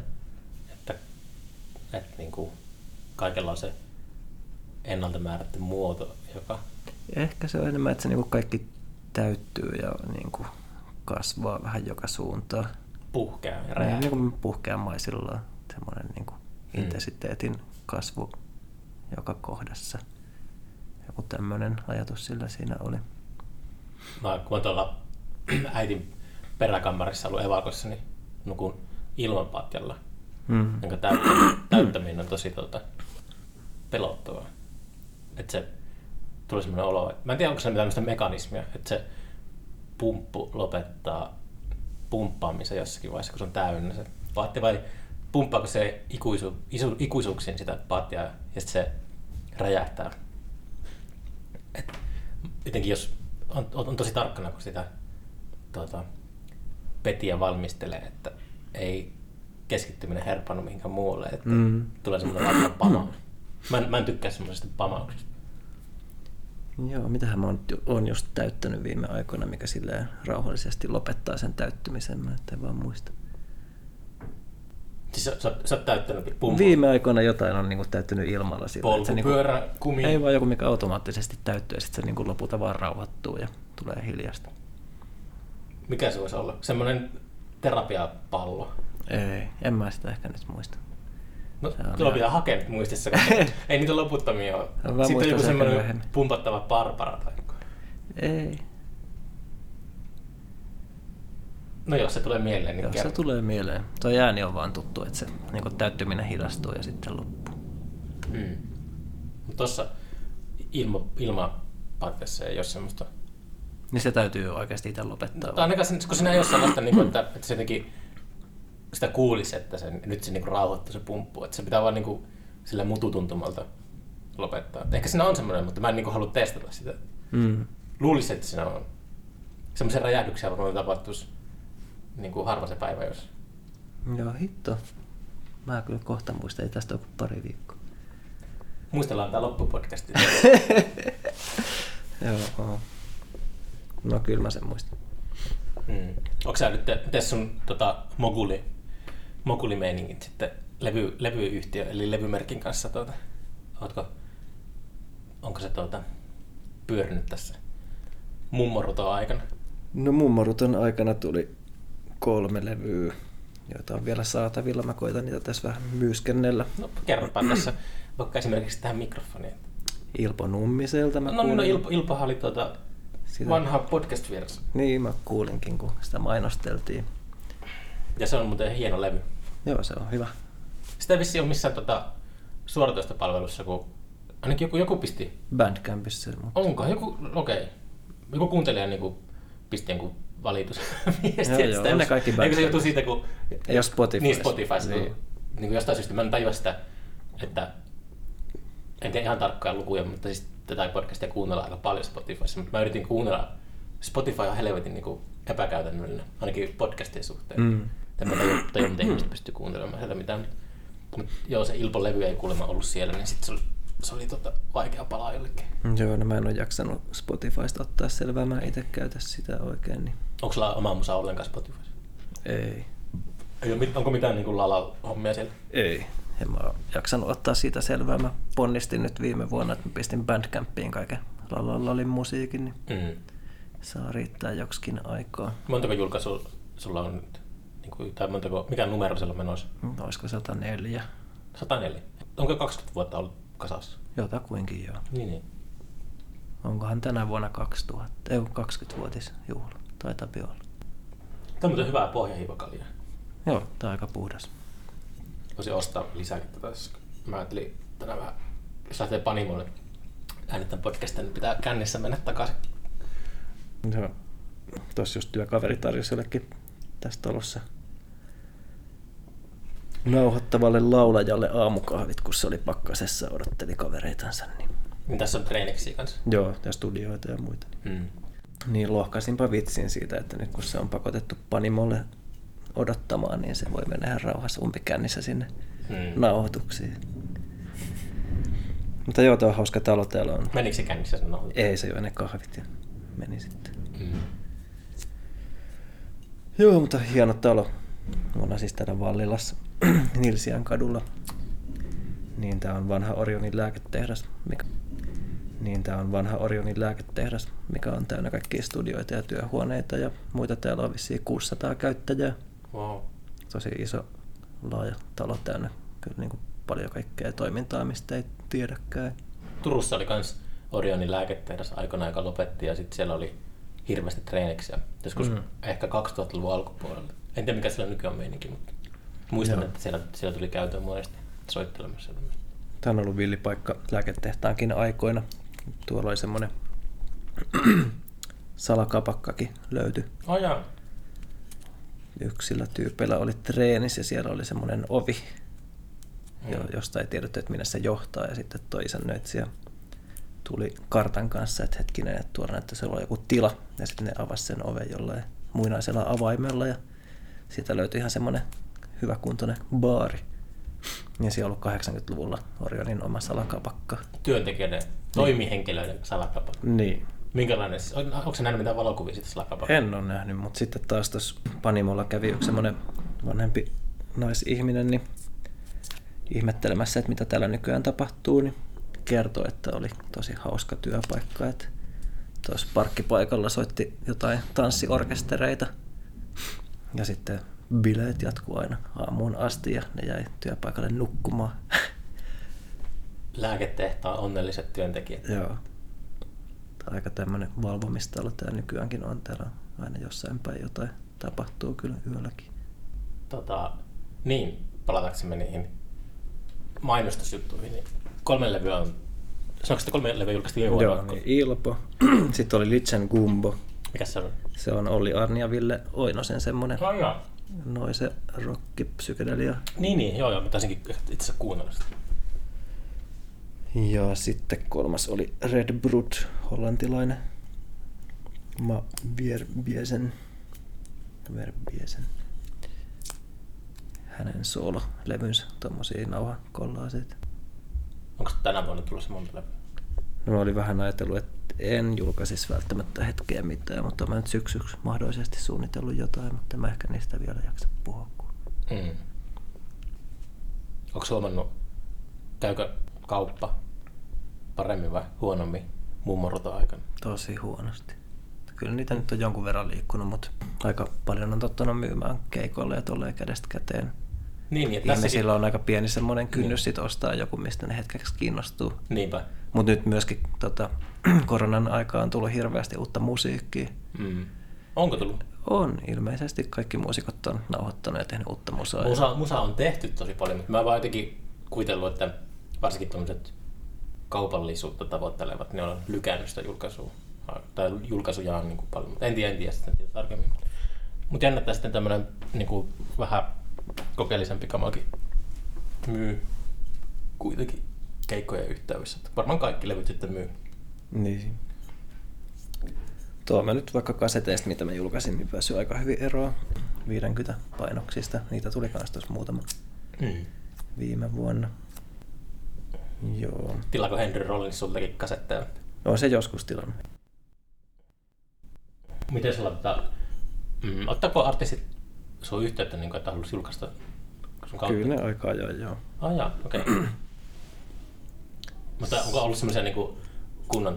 niinku kaikella on se ennalta määrätty muoto, joka... Ehkä se on enemmän, että se niinku kaikki täyttyy ja niinku kasvaa vähän joka suuntaan. Puhkeaa ja räjää. Niin puhkeamaisillaan semmoinen niinku intensiteetin kasvu joka kohdassa. Joku tämmöinen ajatus sillä siinä oli. Kun mä tuolla äitin peräkammarissa ollut evakossa, niin nukun ilmanpatjalla, jonka täyttäminen on tosi pelottavaa. Että se tulee semmoinen olo, mä en tiedä onko se tämmöistä mekanismia, että se pumppu lopettaa pumppaamisen jossakin vaiheessa, kun se on täynnä se patja, vai pumppaako se ikuisuuksiin sitä patjaa ja sitten se räjähtää. Jotenkin jos on tosi tarkkana, kun sitä petiä valmistelee, että ei keskittyminen herpannut mihinkään muualle, että tulee semmoinen vaikka pama. Mä en tykkää semmoisesta pamauksesta. Joo, mitähän mä oon just täyttänyt viime aikoina, mikä silleen rauhallisesti lopettaa sen täyttymisen, mä en vaan muista. Siis sä oot täyttänyt pumpun? Viime aikoina jotain on niinku täyttynyt ilmalla sillä. Polkupyörä, kumi? Ei vaan joku, mikä automaattisesti täyttyy ja sitten se niinku lopulta vaan rauhoittuu ja tulee hiljasta. Mikä se voisi olla? Semmoinen terapiapallo? Ei, en mä sitä ehkä nyt muista. No, tuolla pitää hakea nyt muistissa, ei niitä loputtomia ole. Sitten on joku semmoinen pumpattava Barbara tai joku. Ei. No jos se tulee mieleen, niin jos se tulee mieleen. Tuo ääni on vaan tuttu, että se niin täyttyminen hidastuu ja sitten loppuu. Mutta tuossa ilmapatjassa ei ole semmoista... Niin se täytyy oikeasti itse lopettaa. Mutta ainakaan kun siinä ei ole sellaista, että se jotenkin sitä kuulisi, että nyt se rauhoittaa se pumppu. Että se pitää vaan sillä mututuntumalta lopettaa. Ehkä siinä on semmoinen, mutta mä en halua testata sitä. Luulisin, että siinä on. Semmoisia räjähdyksiä varmaan tapahtuisi harva se päivä, jos... Joo, hitto. Mä kyllä kohta muistan, ei tästä ole kuin pari viikkoa. Muistellaan tää loppupodcasti. Joo. No kyllä mä sen muistan. Onko sä nyt, mites sun mogulimeiningit sitten levyyhtiö, eli levymerkin kanssa, onko se pyörinyt tässä mummoruton aikana? No mummoruton aikana tuli 3 levyä, joita on vielä saatavilla. Mä koitan niitä tässä vähän myyskennellä. No kerropa tässä vaikka esimerkiksi tähän mikrofoniin. Ilpo Nummiselta mä kuulin. No Ilpohan oli vanha podcast-vieras. Niin, mä kuulinkin, kun sitä mainosteltiin. Ja se on muuten hieno levy. Joo, se on hyvä. Sitä ei vissiin ole missään suoratoistopalvelussa, kun ainakin joku pisti. Bandcampissa. Mutta... Onko? Okei. Joku kuuntelija pisti jonkun valitusviestiä. Joo, ne kaikki Eikö se johtuu siitä, kun... Ei ole Spotify. Niin, Spotifysta. Niin. Jostain syystä mä en tajua sitä, että... En tiedä ihan tarkkoja lukuja, mutta siis tätä podcastia kuunnellaan aika paljon Spotifyssa. Mutta mä yritin kuunnella... Spotify on helvetin epäkäytännöllinen, ainakin podcastien suhteen. En mä tajua, miten ihmiset pystyy kuuntelemaan sieltä mitään. Mutta joo, se Ilpon levy ei kuulemma ollut siellä, niin sitten se oli vaikea palaa jollekin. Joo, no mä en ole jaksanut Spotifysta ottaa selvää, mä itse käytä sitä oikein. Niin... Onko sulla oma musa ollenkaan Spotifyssa? Ei. Onko mitään Lala-hommia siellä? Ei. en mä ole jaksanut ottaa siitä selvää. Mä ponnistin nyt viime vuonna, että mä pistin Bandcampiin kaiken lalallalin musiikin, niin saa riittää joksikin aikaa. Montako julkaisua sulla on nyt? Tai mikä numero siellä on menossa? Olisiko 104? 104. Onko 20 vuotta ollut kasassa? Jotakuinkin joo. Niin. Onkohan tänä vuonna 20-vuotisjuhla? Taitaa olla. Tämä on muuten hyvää pohjahiivakaljaa. Joo, tää on aika puhdas. Voisin ostaa lisääkin tätä. Mä ajattelin tänään vähän, jos lähtee Panimolle äänittämään podcastia, niin pitää kännissä mennä takaisin. Joo. Tuossa just työkaveri tarjosi jollekin tässä talossa nauhoittavalle laulajalle aamukahvit, kun se oli pakkasessa, odotteli kavereitansa. Niin tässä on treeniksiä kanssa? Joo, ja studioita ja muita. Niin lohkaisinpa vitsin siitä, että nyt kun se on pakotettu Panimolle odottamaan, niin se voi mennä ihan rauhassa umpikännissä sinne nauhoituksiin. Mutta joo, tuo on hauska talo täällä on. Menikö se kännissä sen nauhoituksiin? Ei, se jo ne kahvit ja meni sitten. Joo, mutta hieno talo. Me ollaan siis täällä Vallilassa Nilsiän kadulla. Niin tää on vanha Orionin lääketehdas, mikä on täynnä kaikkia studioita ja työhuoneita ja muita. Täällä on vissiin 600 käyttäjää. Wow. Tosi iso, laaja talo täynnä. Kyllä niin kuin paljon kaikkea toimintaa, mistä ei tiedäkään. Turussa oli kans Orionin lääketehdas aikana, joka lopetti, ja sitten siellä oli hirveästi treeniksiä. Joskus ehkä 2000-luvun alkupuolella. En tiedä mikä siellä nykyään on meininki, mutta muistan, että siellä tuli käytöön monesti soittelemassa. Tämä on ollut villipaikka lääketehtaankin aikoina. Tuolla oli semmoinen salakapakkakin löytyi. Oh, jaa. Yksillä tyypeillä oli treenissä ja siellä oli semmoinen ovi, josta ei tiedetty, että minne se johtaa. Ja sitten toi isännöitsijä tuli kartan kanssa, että hetkinen, että tuolla näyttää se on joku tila. Ja sitten ne avasi sen oven jollain muinaisella avaimella ja siitä löytyi ihan semmoinen hyväkuntoinen baari. Ja siellä on ollut 80-luvulla Orionin oma salakapakka. Työntekijöiden, toimihenkilöiden salakapakka. Niin. Minkälainen? Onko se nähnyt mitään valokuvia siitä salakapakasta? En ole nähnyt, mutta sitten taas tuossa Panimolla kävi yksi semmoinen vanhempi naisihminen niin ihmettelemässä, että mitä täällä nykyään tapahtuu, niin kertoi, että oli tosi hauska työpaikka. Että tuossa parkkipaikalla soitti jotain tanssiorkestereita ja sitten bileet jatkuu aina aamuun asti ja ne jäi työpaikalle nukkumaan. Lääketehtaan onnelliset työntekijät. Joo. Tämä on aika tämmöinen valvomistalo tää nykyäänkin on. Täällä aina jossain päin jotain tapahtuu kyllä yölläkin. Niin, palataksemme niihin mainostusjuttuihin. Niin 3 levyä on... Sanoiko sitä 3 levyä julkaistiin viime vuonna? Joo, niin Ilpo. Sitten oli Litsen Gumbo. Mikäs se on? Se on Olli Arni ja Ville Oinosen semmoinen noise rocki psykedelia. Niin, joo, mä taisinkin itse asiassa kuunnella sitä. Ja sitten 3. oli Red Brut, hollantilainen. Verbiesen. Hänen soolo-levynsä, tommosia nauhakollaaseita. Onko tänä vuonna tullut se monta levyä? No mä olin vähän ajatellut, että en julkaisisi välttämättä hetkeä mitään, mutta mä nyt syksyksi mahdollisesti suunnitellut jotain, mutta mä ehkä niistä vielä jaksa puhua. Onko huomannut, käykö kauppa paremmin vai huonommin mummorota aikana? Tosi huonosti. Kyllä niitä nyt on jonkun verran liikkunut, mutta aika paljon on tottunut myymään keikoille ja tolleen kädestä käteen. Niin, ihmisillä on aika pieni semmoinen kynnys sit ostaa joku, mistä ne hetkeksi kiinnostuu. Niinpä. Mutta nyt myöskin koronan aikaan on tullut hirveästi uutta musiikkia. Onko tullut? On. Ilmeisesti kaikki muusikot on nauhoittanut ja tehnyt uutta musaa. Musa on tehty tosi paljon, mutta mä vaan jotenkin kuvitellut, että varsinkin tämmöiset kaupallisuutta tavoittelevat, ne on lykännyt sitä julkaisua. Tai julkaisuja on niin kuin paljon, mutta en tiedä sitä tarkemmin. Mutta jännättää sitten tämmöinen niin kuin vähän kokeellisempi kamakin myy kuitenkin keikkojen yhteydessä. Varmaan kaikki levyt sitten myy. Niin. Tuo mä nyt vaikka kaseteista, mitä mä julkaisin, niin päässyt aika hyvin eroon 50 painoksista. Niitä tuli kans tuossa muutama viime vuonna. Joo. Tilaako Henry Rollins sultakin kasetteja? On se joskus tilannut. Miten sulla ottaako artistit sun yhteyttä, niin kuin, että haluaisi julkaista kautta? Kyllä ne aika ajoin, joo. Okei. Okay. Mutta onko ollut semmoisia niinku kunnon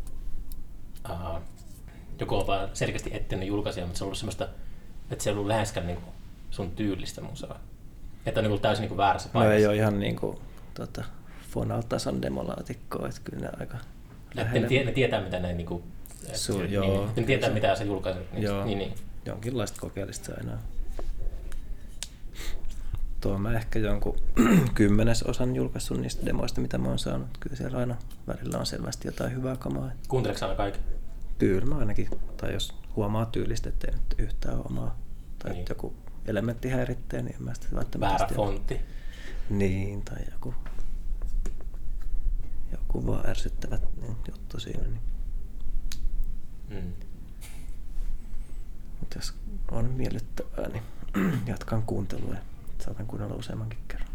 joku on vaan selkeästi etsinyt julkaisija, mutta se on ollut semmoista, että se ei ollut läheskään niinku sun tyylistä musaa. Että on niinku täysin niinku väärässä paikassa. No ei ole ihan niinku Fonal-tason demolaatikkoa, että kyllä ne aika lähellä. Ne tietää mitä ne niinku... Joo. Ne tietää mitä sä julkaiset. Joo. Niin. Jonkinlaista kokeellista aina. Tuo mä ehkä jonkun 10% julkaissut niistä demoista, mitä mä oon saanut. Kyllä siellä aina välillä on selvästi jotain hyvää kamaa. Kuunteleeko aina kaiken? Kyllä mä ainakin. Tai jos huomaa tyylistä, ettei nyt yhtään ole omaa. Tai niin. Joku elementti häiritsee, niin en mä sitä välttämättä... Väärä fontti. Niin, tai joku vaan ärsyttävät juttu siinä. Niin. Mutta jos on miellyttävää, niin jatkan kuuntelua ja saatan kuunnella useammankin kerran.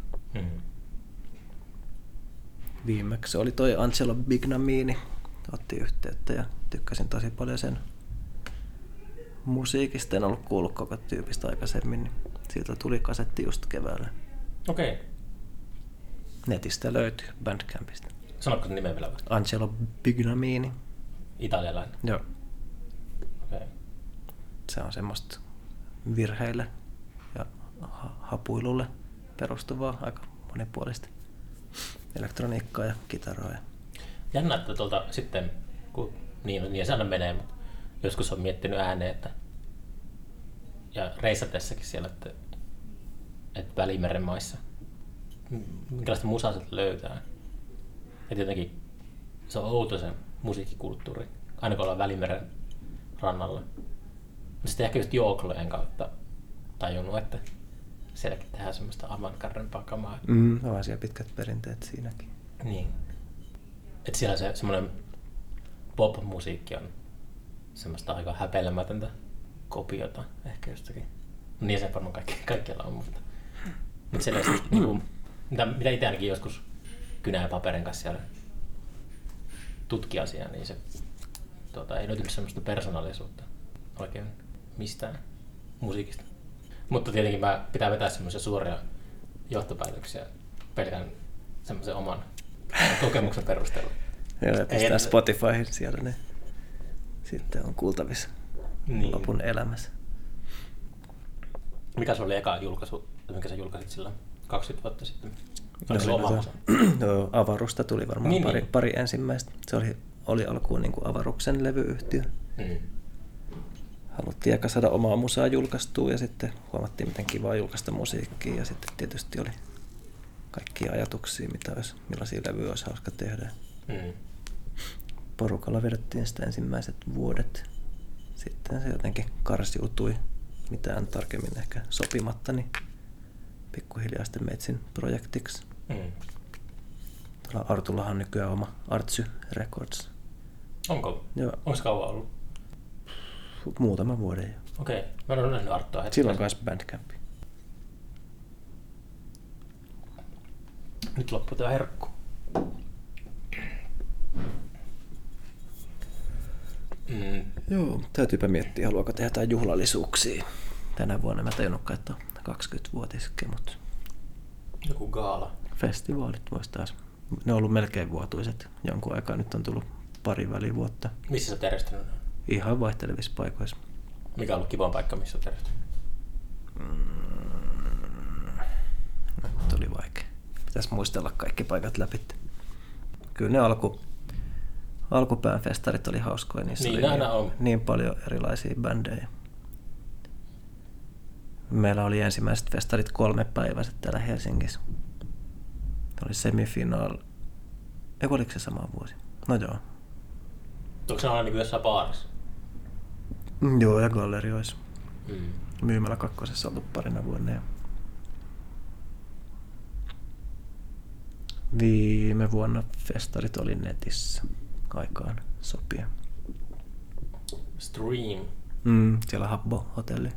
Viimeksi oli toi Angelo Bignamini, otti yhteyttä ja tykkäsin tosi paljon sen musiikista. En ollut kuullut koko tyypistä aikaisemmin, niin siitä tuli kasetti just keväällä. Okei. Okay. Netistä löytyy Bandcampista. Sanotko nimen vielä? Angelo Bignamini. Italialainen? Joo. Okei. Okay. Se on semmoista virheille ja hapuilulle perustuvaa aika monipuolista elektroniikkaa ja kitaraa. Jännä, että tuolta sitten, kun niin se aina menee, mutta joskus on miettinyt ääneen, että ja reissatessakin siellä, että Välimeren maissa, minkälaista musaa sieltä löytää. Että jotenkin se on outo se musiikkikulttuuri, aina kun ollaan Välimeren rannalla. Mutta sitten ehkä just Jooklojen kautta tajunnut, että sielläkin tehdään semmoista avantgardempaa kamaa. On siellä pitkät perinteet siinäkin. Niin. Että siellä se semmoinen pop-musiikki on semmoista aika häpeilemätöntä kopiota ehkä jostakin. Niin se varmaan kaikkialla on, mutta siellä niinku, mitä itse ainakin joskus kynän ja paperin kanssa siellä tutki asiaa, niin se ei löytynyt semmoista persoonallisuutta oikein mistään musiikista. Mutta tietenkin pitää vetää semmoisia suoria johtopäätöksiä pelkän semmoisen oman kokemuksen perusteella. Joo, ja pistää Spotifyhin siellä ne sitten on kuultavissa lopun elämässä. Mikä se oli eka julkaisu, minkä sä julkaisit silloin 20 vuotta sitten? Avarusta tuli varmaan pari ensimmäistä. Se oli alkuun niin kuin Avaruksen levyyhtiö. Haluttiin eka saada omaa musaa julkaistua ja sitten huomattiin, miten kivaa julkaista musiikkia. Ja sitten tietysti oli kaikkia ajatuksia, millaisia levyjä olisi hauska tehdä. Porukalla vedettiin sitä ensimmäiset vuodet. Sitten se jotenkin karsiutui mitään tarkemmin ehkä sopimatta, niin pikkuhiljaa sitten meitsin projektiksi. Artullahan on nykyään oma Artsy Records. Onko? Joo. Onko kauan ollut? Muutaman vuoden jo. Okei. Mä en ole nähnyt Arttua hetken. Silloin kanssa Bandcamp. Nyt loppuu tää herkku. Joo, täytyypä miettiä, haluaako tehdä jotain juhlallisuuksia. Tänä vuonna mä tajunnutkaan, että on 20-vuotiskemut. Joku gaala. Festivaalit vois taas. Ne on ollut melkein vuotuiset jonkun aikaa. Nyt on tullut pari välivuotta. Missä sä oot järjestänyt? Ihan vaihtelevissa paikoissa. Mikä on ollut kiva paikka, missä oot järjestänyt? Nyt oli vaikea. Pitäisi muistella kaikki paikat läpi. Kyllä ne alkupään festarit oli hauskoja. Niissä oli niin paljon erilaisia bändejä. Meillä oli ensimmäiset festarit 3-päiväiset täällä Helsingissä. Oli semifinaal. Eikö oliko se sama vuosi? No joo. Onko se aina niin kuin jossain baarissa? Joo, ja gallerioissa. Myymällä kakkosessa ollut parina vuonna. Ja viime vuonna festarit oli netissä aikaan sopia. Stream. Siellä Habbo-hotelli.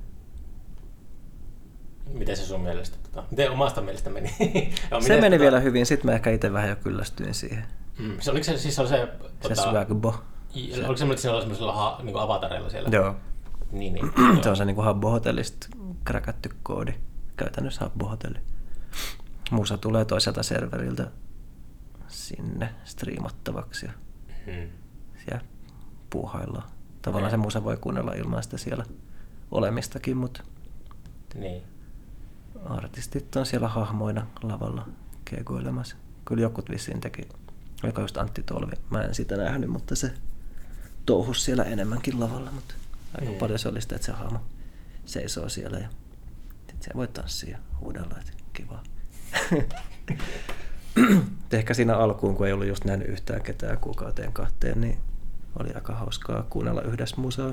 Miten se sun mielestä? Miten omasta mielestä meni? Se meni vielä hyvin, sitten mä ehkä itse vähän jo kyllästyin siihen. Oliko se siis se Swagbo. Oliko se, että siinä oli semmoisella niin avatareilla siellä? Joo. Niin. Se on se niin Habbo-hotellista kräkätty koodi. käytännössä Habbo-hotelli. Musa tulee toiselta serveriltä sinne striimattavaksi ja siellä puuhaillaan. Tavallaan se musa voi kuunnella ilman sitä siellä olemistakin, mutta Niin. artistit on siellä hahmoina lavalla keikoilemassa. Kyllä jokut vissiin teki, oliko just Antti Tolvi, mä en sitä nähnyt, mutta se touhus siellä enemmänkin lavalla, mutta aika paljon se oli sitä, että se hahmo seisoo siellä ja sitten siellä voi tanssia ja huudella, että kivaa. Ehkä siinä alkuun, kun ei ollut just nähnyt yhtään ketään kuukauteen kahteen, niin oli aika hauskaa kuunnella yhdessä musaa.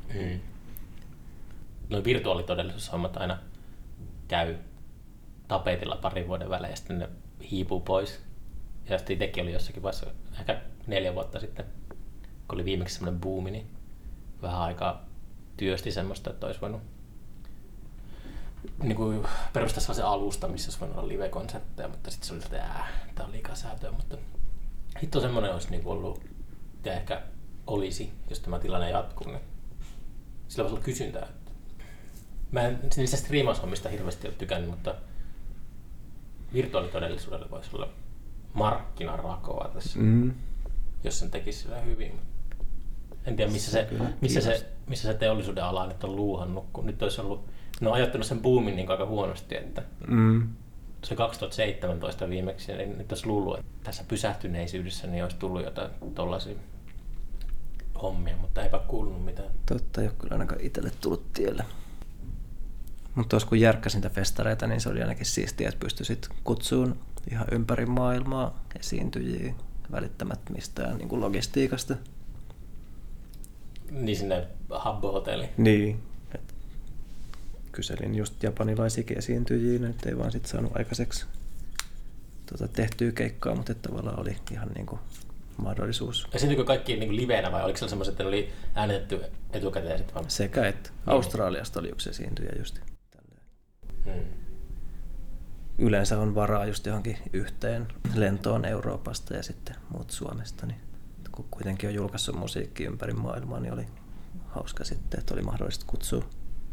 No virtuaalitodellisuushommat aina käy tapetilla parin vuoden välein ja sitten ne hiipuu pois. Ja sitten itsekin oli jossakin vaiheessa, ehkä 4 vuotta sitten, kun oli viimeksi semmoinen buumi, niin vähän aikaa työsti semmoista, että olisi voinut niin kuin perustaa sellaisen alusta, missä olisi voinut olla live-konsertteja, mutta sitten se oli, että tämä on liikaa säätöä, mutta hitto semmoinen olisi niin ollut, ja ehkä olisi, jos tämä tilanne jatkuu, niin sillä voisi olla kysyntää. Mä en niistä striimaushommista hirveästi ole tykännyt, mutta virtuaalitodellisuudelle voisi olla markkinarakoa tässä, jos sen tekisi sillä hyvin. En tiedä, missä se teollisuuden ala nyt on luuhannut, kun nyt olisi ollut, ne on ajattanut sen boomin niin aika huonosti, että se 2017 viimeksi, niin nyt olisi luullut, että tässä pysähtyneisyydessä niin olisi tullut jotain tollaisia hommia, mutta eipä kuulunut mitään. Totta, ei ole kyllä ainakaan itselle tullut tielle. Mutta tuossa kun järkkäsi niitä festareita, niin se oli ainakin siistiä, että pystyisit kutsuun ihan ympäri maailmaa esiintyjiä välittämättä mistään niin kuin logistiikasta. Niin sinne Habbo-hotelliin. Niin. Et kyselin just japanilaisiakin esiintyjiä, nyt ei vaan sit saanut aikaiseksi tehtyä keikkaa, mutta tavallaan oli ihan niin kuin mahdollisuus. Esiintyykö kaikki niin kuin liveenä vai oliko se semmoiset, että ne oli äänitetty etukäteen sitten vaan? Sekä että Australiasta oli yksi esiintyjä just. Yleensä on varaa just johonkin yhteen lentoon Euroopasta ja sitten muut Suomesta, niin kun kuitenkin on julkaissut musiikkia ympäri maailmaa, niin oli hauska sitten, että oli mahdollista kutsua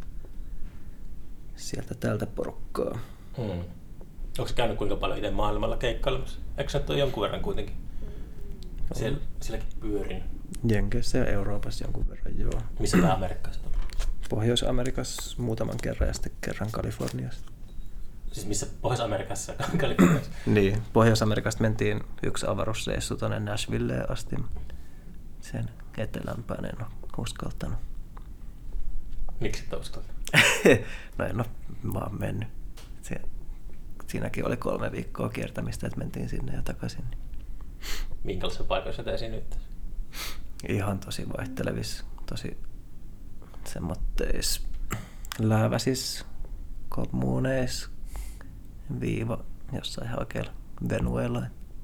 sieltä tältä porukkaa. Onko se käynyt kuinka paljon itse maailmalla keikkailemassa? Eikö sä ole jonkun verran kuitenkin? Sielläkin pyörin. Jenkeissä ja Euroopassa jonkun verran, joo. Missä päin Amerikassa? Pohjois-Amerikassa muutaman kerran ja sitten kerran Kaliforniassa. Siis missä Pohjois-Amerikassa ja Kaliforniassa? Niin, Pohjois-Amerikasta mentiin yksi avaruusreissu tuonne Nashvilleen asti. Sen etelämpään en ole uskaltanut. Miksi et ole uskaltanut? No en ole vaan mennyt. Siinäkin oli 3 viikkoa kiertämistä, että mentiin sinne ja takaisin. Minkälaisissa paikoissa te esiinnytte? Ihan tosi vaihtelevissa, tosi semmoitteissa lääväsissä kommuneissa, viiva jossain ihan oikealla venueilla.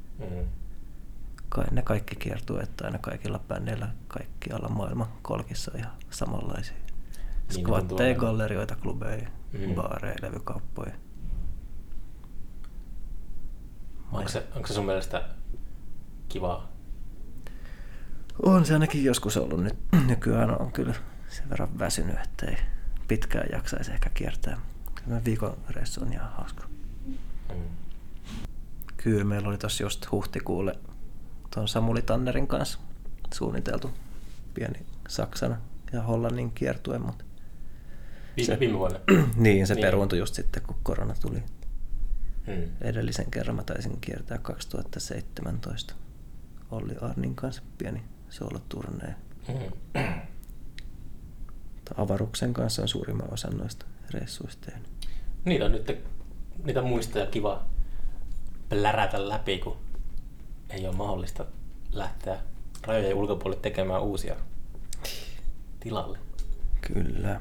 Ne kaikki kiertueet aina kaikilla bändeillä kaikkialla maailman kolkissa ihan samanlaisia. Skvatteja, gallerioita, klubeja, baareja, levykauppoja. Onko se sun mielestä kivaa? On se ainakin joskus ollut nyt. Nykyään on kyllä sen verran väsynyt, että ei pitkään jaksaisi ehkä kiertää. Viikon reissu on ihan hauska. Kyllä meillä oli tossa just huhtikuulle tuon Samuli Tannerin kanssa suunniteltu pieni Saksan ja Hollannin kiertue. Mutta viime vuonna? Niin, se peruuntui just sitten, kun korona tuli. Edellisen kerran mä taisin kiertää 2017 Olli Arnin kanssa pieni sooloturnee. Avaruksen kanssa on suurimman osan noista reissuista tehnyt. Niitä on nyt niitä muistoja kiva plärätä läpi, kun ei ole mahdollista lähteä rajojen ulkopuolelle tekemään uusia tilalle. Kyllä.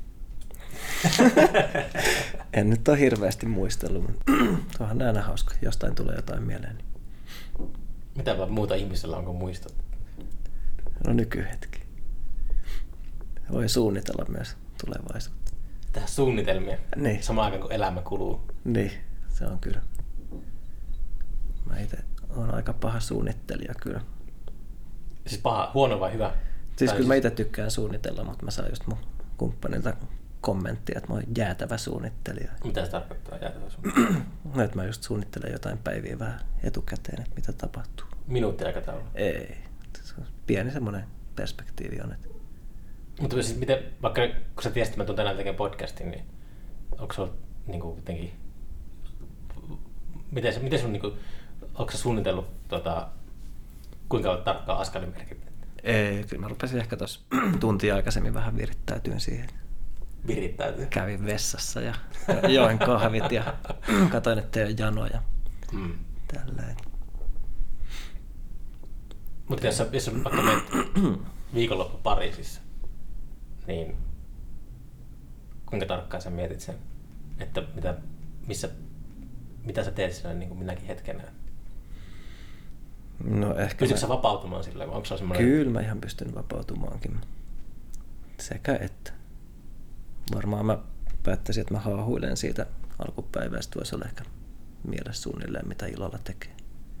En nyt ole hirveästi muistellut, mutta onhan aina hauska. Jostain tulee jotain mieleen. Mitä muuta ihmisellä onko muistot? No nykyhetki. Voi suunnitella myös tulevaisuutta. Tehdä suunnitelmia niin. Samaan aikaan kun elämä kuluu. Niin, se on kyllä. Mä itse olen aika paha suunnittelija kyllä. Siis paha, huono vai hyvä? Siis kyllä mä itse tykkään suunnitella, mutta mä saan just mun kumppanilta kommenttia, että mä oon jäätävä suunnittelija. Mitä se tarkoittaa jäätävä suunnittelija? No, että mä just suunnittelen jotain päiviä vähän etukäteen, että mitä tapahtuu. Minuuttiaikataulu? Ei. Se on pieni semmoinen perspektiivi on. Että... Mutta siis miten, vaikka kun sä tiesit, että mä tuun tänään tekemään podcastin, niin onko se niin kuin jotenkin... Miten sun, niin kuin, onko sä suunnitellut kuinka tarkkaan askalimerkit? Ei, kyllä mä rupesin ehkä tuossa tuntia aikaisemmin vähän virittäytyin siihen. Virittäytyy? Kävin vessassa ja join kahvit ja katsoin, että ei ole janoja. Tälleen. Mutta jos vaikka menet viikonloppu Pariisissa, niin kuinka tarkkaan sä mietit sen, että mitä sä teet siellä niin kuin minäkin hetkenä? No ehkä pystytkö sä vapautumaan sillä? Onko se semmoinen... Kyllä mä ihan pystyn vapautumaankin. Sekä että. Varmaan mä päättäisin, että mä haahuilen siitä alkupäivästä. Voisi olla ehkä mielessä suunnilleen, mitä illalla tekee.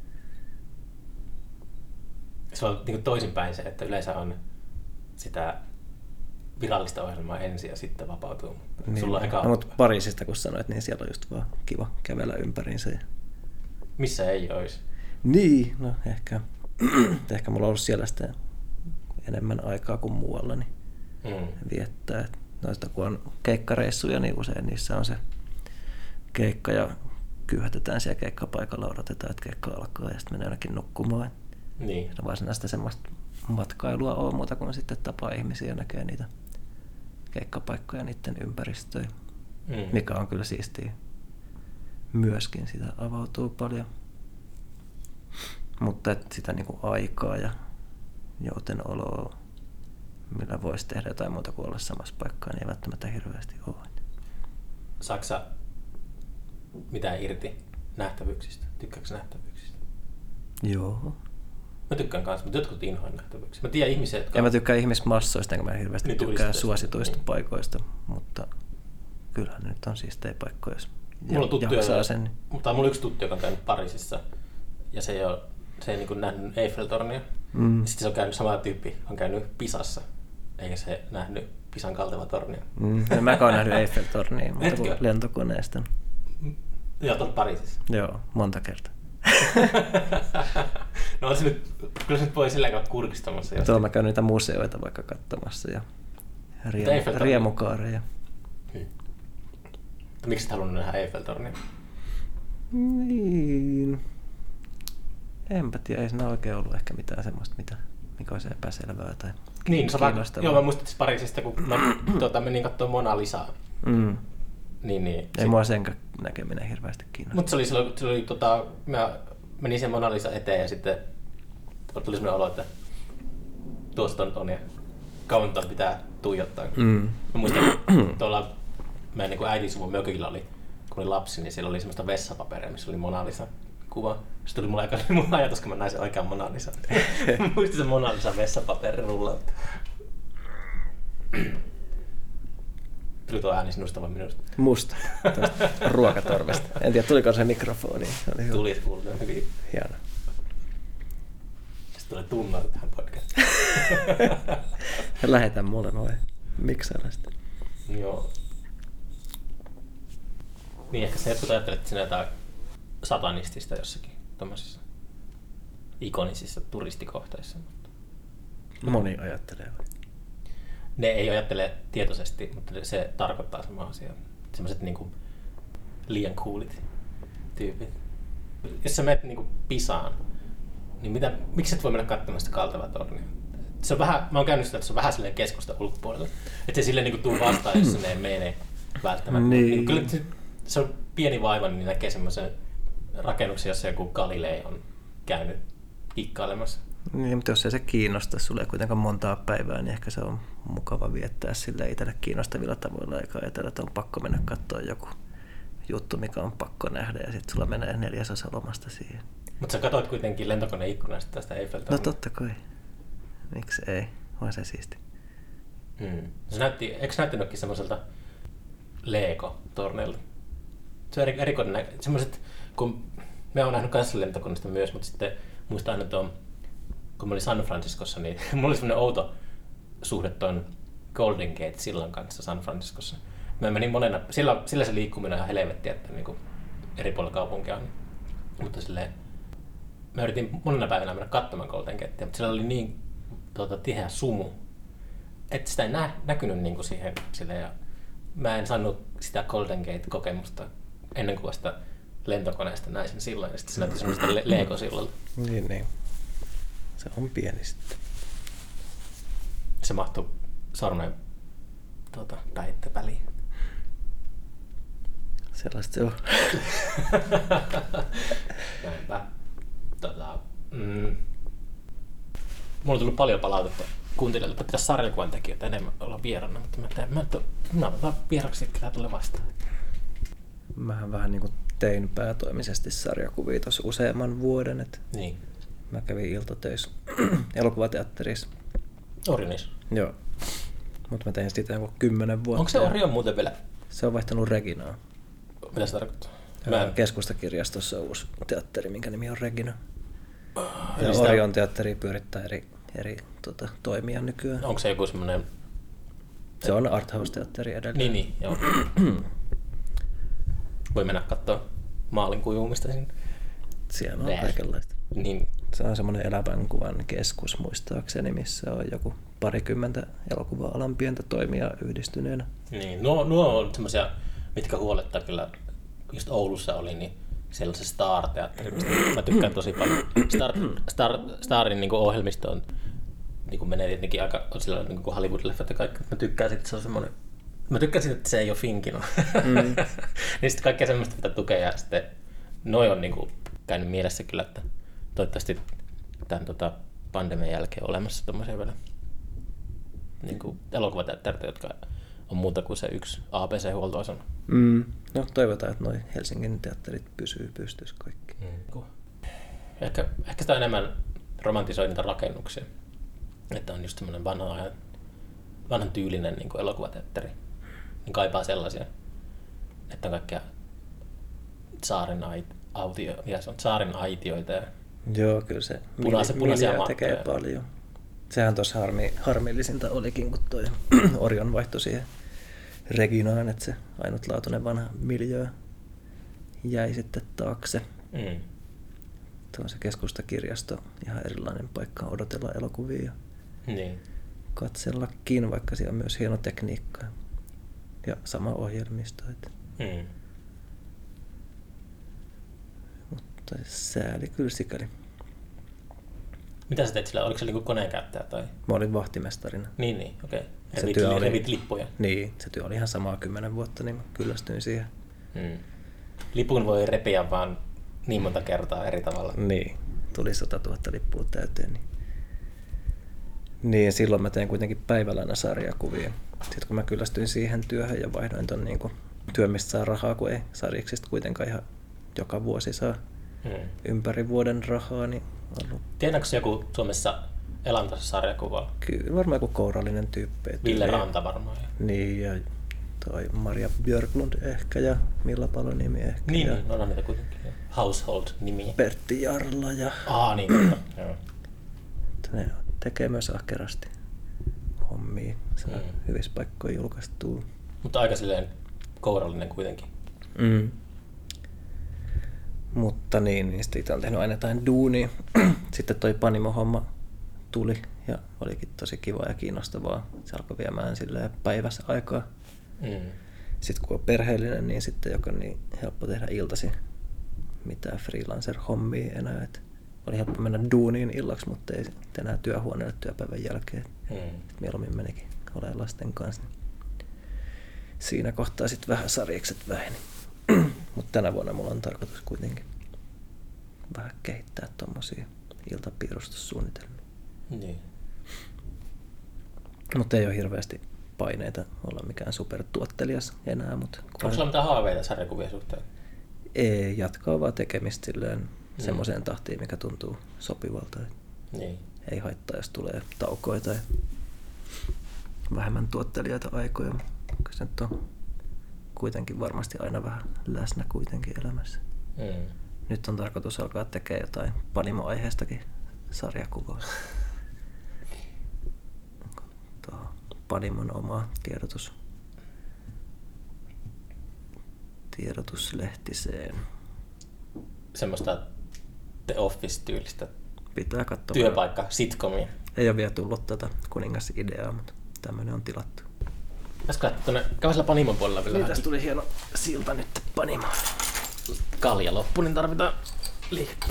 Se on niin kuin toisinpäin se, että yleensä on sitä virallista ohjelmaa ensin ja sitten vapautuu. Niin, sulla on eka... no, mutta Pariisista kun sanoit, niin siellä on just vaan kiva kävellä ympäriinsä. Missä ei olisi? Niin, no ehkä mulla on ollut siellä sitten enemmän aikaa kuin muualla niin viettää. Noista kun on keikkareissuja, niin usein niissä on se keikka ja kyyhätetään siellä keikkapaikalla, odotetaan, että keikka alkaa ja sitten menee ainakin nukkumaan. Niin. Ja varsinaista semmoista matkailua on muuta kuin sitten tapaa ihmisiä ja näkee niitä keikkapaikkoja niiden ympäristöjä, mikä on kyllä siistiä. Myöskin sitä avautuu paljon. Mutta sitä niinku aikaa ja joutenoloa, millä voisi tehdä jotain muuta kuin olla samassa paikkaa, niin ei välttämättä hirveästi ole. Saatko sä mitään irti nähtävyyksistä? Tykkääksä nähtävyyksistä? Joo. Mä tykkään kanssa, mutta jotkut inhoan nähtävyyksiä. Mä tiedän ihmisiä, jotka... En mä tykkää ihmismassoista, enkä mä hirveästi niin tykkää suosituista paikoista, mutta kyllähän nyt on siistejä paikkoja, jos jaksaa sen. Mutta mulla on yksi tuttu, joka on käynyt Pariisissa ja se ei niin kuin nähnyt Eiffel-tornia. Sitten se on käynyt sama tyyppi, on käynyt Pisassa, eikä se nähnyt Pisan kalteva tornia. En mäkään ole nähnyt Eiffel-tornia, mutta kuin lentokoneesta. Joo, tuolla Pariisissa. Joo, monta kertaa. No on se nyt, kyllä se nyt voi sillä käydä kurkistamassa. Tuolla mä käyn niitä museoita vaikka katsomassa ja riemukaareja. Miksi et halunnut nähdä Eiffel-tornia? Niin. Enpä tiedä, ei siinä oikein ollut ehkä mitään semmoista, mikä olisi epäselvää tai kiinnostavaa. Joo, mä muistin Pariisista, kun mä menin katsoa Mona Lisaa. Niin, ei mua sen näkeminen hirveästi kiinnostaa. Mutta se oli mä menin sen Mona Lisa eteen ja sitten tuli semmoinen olo, että tuosta on ja kauan pitää tuijottaa. Mä muistan, tuolla meidän niin äidin-suvun mökillä oli, kun oli lapsi, niin siellä oli semmoista vessapaperia, missä oli Mona Lisa kuva. Sitten tuli mun ajatus, kun mä näin sen oikean Mona Lisan. Muistin sen Mona Lisan vessapaperin rullaan. Tuli tuo ääni sinusta vai minusta? Musta, tuosta ruokatorvesta. En tiedä, tuliko se mikrofoni. Se oli tuli, se kuului hyvin. Hieno. Sitten tulee tunnari tähän podcastiin. Lähetän mulle noin miksailasta. Joo. Niin ehkä se jotkut ajattelee, että sinä jotain satanistista jossakin tommosissa ikonisissa turistikohteissa. Moni ajattelee. Ne ei ajattele tietoisesti, mutta se tarkoittaa samaa asiaa. Sellaiset niinku liian coolit tyypit. Jos sä menet niinku Pisaan, niin miksi et voi mennä katsomaan sitä kaltevaa tornia? Se on vähän, mä oon käynyt sitä, että se on vähän silleen keskusta ulkopuolella. Että se silleen niinku tuu vastaan, jos ne ei mene välttämättä. Niin. Kyllä se on pieni vaiva, niin näkee semmoisen rakennuksen, jossa joku Galilei on käynyt kikkailemassa. Niin, mutta jos ei se kiinnosta, sulle ei kuitenkaan montaa päivää, niin ehkä se on mukava viettää sille itselle kiinnostavilla tavoilla, eikä ajatella, että on pakko mennä katsoa joku juttu, mikä on pakko nähdä, ja sitten sulla menee 4/4 lomasta siihen. Mutta sä katsoit kuitenkin lentokoneikkunasta tästä Eiffeltornia. No totta kai. Miksi ei? On se siisti. Eikö näyttänytkin semmoiselta Lego-torneilta? Se on erikoinen semmoiset, kun me oon nähnyt kanssa lentokoneesta myös, mutta sitten muistan aina tuon, kun mä olin San Franciscossa, niin mulla oli semmoinen outo suhde tuon Golden Gate-sillan kanssa San Franciscossa. Mä menin sillä se liikkuminen on ihan helvetti, että niinku eri puolilla kaupunkia on. Mutta silleen, mä yritin monena päivänä mennä katsomaan Golden Gatea, mutta sillä oli niin tiheä sumu, että sitä ei näkynyt niinku siihen silleen, ja mä en saanut sitä Golden Gate-kokemusta ennen kuin vasta lentokoneesta näin sen silloin, ja sitten se näytti semmoista Lego-sillalta. Niin. Se on pieni sitten. Se mahtui sormen päitte väliin. Sellaista se on. Näinpä. Mulla on tullut paljon palautetta kuuntelijoilta, että pitäisi sarjakuvan tekijöitä enemmän olla vieraana, mutta mä otan vieraksi, että kyllä tulee vastaan. Mähän vähän niin kuin tein päätoimisesti sarjakuvia tuossa useamman vuoden. Niin. Mä kävin iltatöissä elokuvateatterissa. Orionissa? Joo. Mutta mä tein sitä joku 10 vuotta. Onko se Orion muuten vielä? Se on vaihtanut Reginaa. Mitä se tarkoittaa? Keskustakirjastossa on uusi teatteri, minkä nimi on Regina. Ja Orion teatteri pyörittää eri toimia nykyään. Onko se joku semmoinen... Se on arthouse-teatteri edelleen. Niin, joo. Voi mennä katsoa maalin kujumista sinne. Siellä on kaikenlaista. Niin. Se on semmoinen elävän kuvan keskus muistaakseni, missä on joku 20 elokuva-alan pientä toimijaa yhdistyneenä. Niin, nuo on semmoisia, mitkä huolettaa kyllä. Just Oulussa oli, niin siellä on se Star-teatteri, mistä mä tykkään tosi paljon. Starin niin ohjelmisto on, niin menee tietenkin aika, on sillä niin kuin Hollywood-leffat ja kaikki. Mä tykkään siitä, että se on semmoinen, mä tykkään siitä, että se ei ole Finkino. Niin sitten kaikkea semmoista pitää tukea ja sitten noi on niin kuin käynyt mielessä kyllä, että toivottavasti tämän pandemian jälkeen on olemassa tommosia vielä niin kuin elokuvateattereita, jotka on muuta kuin se yksi ABC-huoltoasema. No toivotaan, että noi Helsingin teatterit pysyy pystyssä kaikki. Ehkä sitä on enemmän romantisoi niitä rakennuksia. Että on just semmoinen vanhan tyylinen niin kuin elokuvateatteri. Niin kaipaa sellaisia, että on kaikkea saarin aitioita ja joo, kyllä se punaisia tekee paljon. Sehän tuossa harmillisinta olikin, kun toi Orion vaihtoi siihen Reginaan, että se ainutlaatuinen vanha miljöö jäi sitten taakse. Tuo on se keskustakirjasto, ihan erilainen paikka odotella elokuvia ja niin. katsellakin, vaikka siellä on myös hieno tekniikka ja sama ohjelmisto. Mutta sääli kyllä sikäli. Mitä sä teit sillä? Oliko se niinku koneenkäyttäjä tai? Mä olin vahtimestarina. Niin, okei. Okay. Revit lippuja. Niin, se työ oli ihan samaa 10 vuotta, niin mä kyllästyin siihen. Lipun voi repiä vaan niin monta kertaa eri tavalla. Niin, tuli 100 000 lippua täyteen. Niin, silloin mä tein kuitenkin päivälänä sarjakuvia. Sitten kun mä kyllästyin siihen työhön ja vaihdoin ton niin työn, mistä saa rahaa, kun ei sariksista kuitenkaan ihan joka vuosi saa ympäri vuoden rahaa, niin ollut... Tiedätkö joku Suomessa elantossa sarjakuvaa? Kyllä, varmaan joku kourallinen tyyppi. Ville Ranta varmaan. Niin, ja toi Maria Björklund ehkä, ja Milla Paloniemi ehkä. Niin, on niitä kuitenkin. Household-nimiä. Pertti Jarla ja... Niin, joo. Ne tekee myös ahkerasti hommia. Saa hyvissä paikkoja julkaistua. Mutta aika silleen kourallinen kuitenkin. Mutta niin sitten itse on tehnyt aina jotain duunia. Sitten toi Panimo-homma tuli ja olikin tosi kiva ja kiinnostavaa. Se alkoi viemään silleen päivässä aikaa. Sitten kun on perheellinen, niin sitten joka on niin helppo tehdä iltaisin mitään freelancer-hommia enää. Et oli helppo mennä duuniin illaksi, mutta ei enää työhuoneelle työpäivän jälkeen. Mieluummin menikin olemaan lasten kanssa. Siinä kohtaa sitten vähän sarjikset väheni. Mutta tänä vuonna mulla on tarkoitus kuitenkin vähän kehittää tommosia iltapiirustussuunnitelmia. Niin. Mutta ei ole hirveästi paineita olla mikään supertuottelias enää. Onko sulla mitään haaveita sarjakuvien suhteen? Ei, jatkaa vaan tekemistä silleen semmoiseen tahtiin, mikä tuntuu sopivalta. Niin. Ei haittaa, jos tulee taukoja tai vähemmän tuottelijaita aikoja. Se nyt on kuitenkin varmasti aina vähän läsnä kuitenkin elämässä. Nyt on tarkoitus alkaa tekemään jotain Panimo-aiheestakin sarjakuvaa. Panimon oma Tiedotuslehtiseen. Semmoista The Office-tyylistä Pitää katsoa. työpaikka sitcomia. Ei ole vielä tullut tätä kuningasideaa, mutta tämmönen on tilattu. Pitäisikö lähteä tuonne käväisellä Panimon puolella vielä? Niin, tästä tuli hieno silta nyt Panimoon. Kalja loppu, niin tarvitaan liikettä.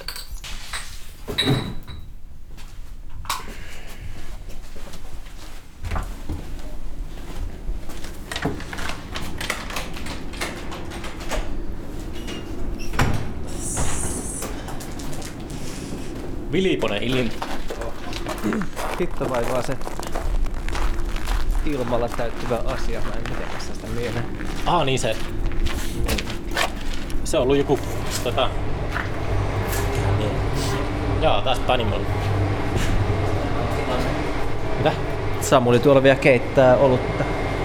Viliponen ilin. Hitto vai vaan se ilmalla täyttyvä asia, vai miten tässä sitä mieleen? Niin se. Se on ollut joku niin. Jaa, taas Panimon. Mitä? Samuli tuolla vielä keittää olutta.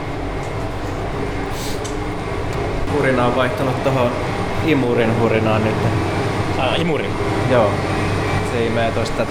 Hurina on vaihtanut tohon imurin hurinaan nyt. Imurin? Joo. Se imee tosta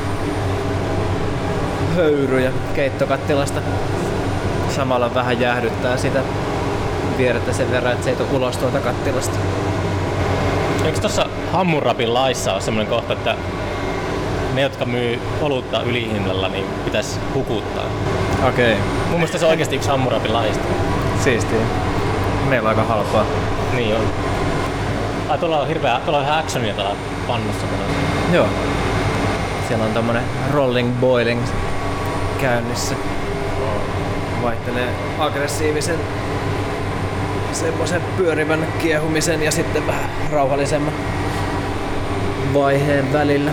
höyryjä keittokattilasta. Samalla vähän jäähdyttää sitä vierettä sen verran, että se ei tule ulos tuolta kattilasta. Eikö tuossa Hammurabin laissa ole semmoinen kohta, että ne, jotka myy olutta ylihinnalla, niin pitäisi hukuttaa? Okei. Mun mielestä se on oikeasti yksi Hammurabin laista. Siistiä. Meillä on aika halpaa. Niin on. Tuolla on ihan actionia tuolla pannussa. Joo. Siellä on tommonen rolling boiling käynnissä. Vaihtelee aggressiivisen semmoisen pyörivän kiehumisen ja sitten vähän rauhallisemman vaiheen välillä.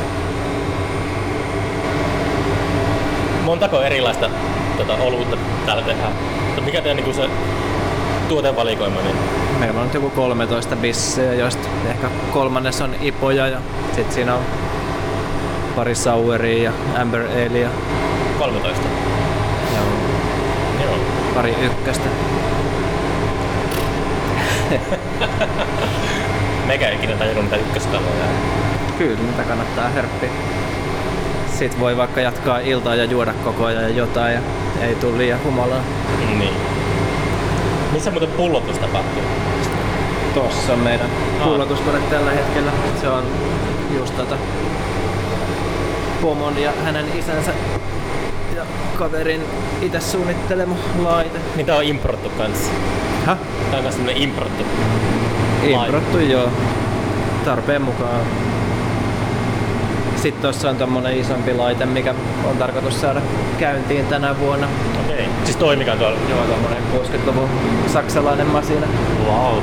Montako erilaista olutta täällä tehdään? Mikä teidän niinku se tuotevalikoima? Niin? Meillä on nyt joku 13 bissejä, joista ehkä kolmannes on ipoja ja sit siinä on pari souria ja amber aleä. 13? Joo. Pari ykköstä. Meikä ei ikinä tajunnut mitä ykköskaloja. Kyllä, niitä kannattaa herppiä. Sit voi vaikka jatkaa iltaa ja juoda koko ajan ja jotain ja ei tule liian humalaa. Niin. Missä muuten pullotus tapahtuu? Tossa on meidän pullotuskone tällä hetkellä. Se on just pomon ja hänen isänsä ja kaverin itse suunnittelema laite. Niin tää on improttu kanssa. Häh? Tää on kans semmonen improttu. Improttu joo. Tarpeen mukaan. Sitten tossa on tommonen isompi laite, mikä on tarkoitus saada käyntiin tänä vuonna. Okei. Siis toimikaan tuolla? Joo, tommonen 60-luvun saksalainen masina. Wow.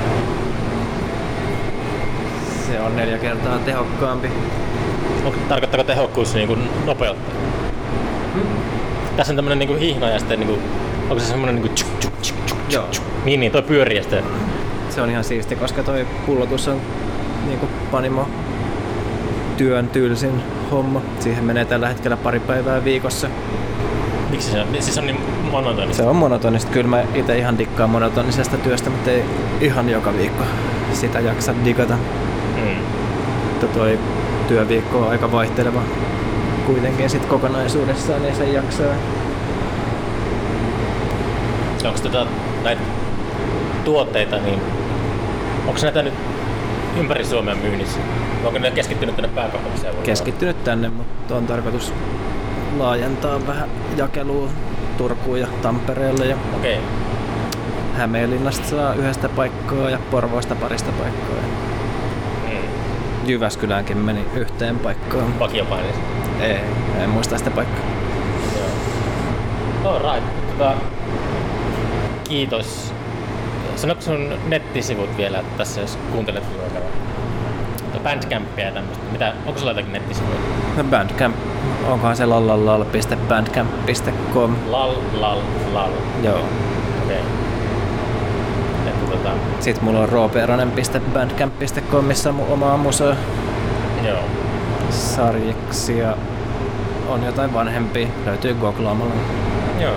Se on 4 kertaa tehokkaampi. Tarkoittaako tehokkuus niinku nopeutta? Tässä on tämmönen niinku hihna ja sitten niinku, onko se semmonen niinku tjuk tjuk tjuk tjuk? Joo. Niin, toi pyörii ja sitten. Se on ihan siisti, koska toi pullotus on niinku Panimo työn tylsin homma. Siihen menee tällä hetkellä pari päivää viikossa. Miksi se on? Siis on niin monotonista? Se on monotonista. Kyllä mä ite ihan dikkaan monotonisesta työstä, mutta ei ihan joka viikko sitä jaksa digata. Toi työviikko on aika vaihteleva kuitenkin sit kokonaisuudessaan, niin sen jaksaa. Onko näitä tuotteita, niin onko näitä nyt ympäri Suomea myynnissä? Onko ne keskittynyt tänne pääkaupunkiseudulle? Keskittynyt tänne, mutta on tarkoitus laajentaa vähän jakelua Turkuun ja Tampereelle. Ja okei. Hämeenlinnasta saa yhdestä paikkaa ja Porvoosta parista paikkaa. Jyväskyläänkin meni yhteen paikkaan. Vakiopaineessa? Ei, en muista sitä paikkaa. Joo. Alright. Kiitos. Sanotko sun nettisivut vielä tässä, jos kuuntelet vaikka Bandcampia ja tämmöistä? Onko sulla jotakin nettisivuja? No Bandcamp. Onkohan se lallalal.bandcamp.com? Lal. Joo. Okei. Sitten mulla on rooperonen.bandcamp.com, missä on mun omaa musoa. Joo. Sarjiksia on jotain vanhempia. Löytyy googlaamalla. Joo.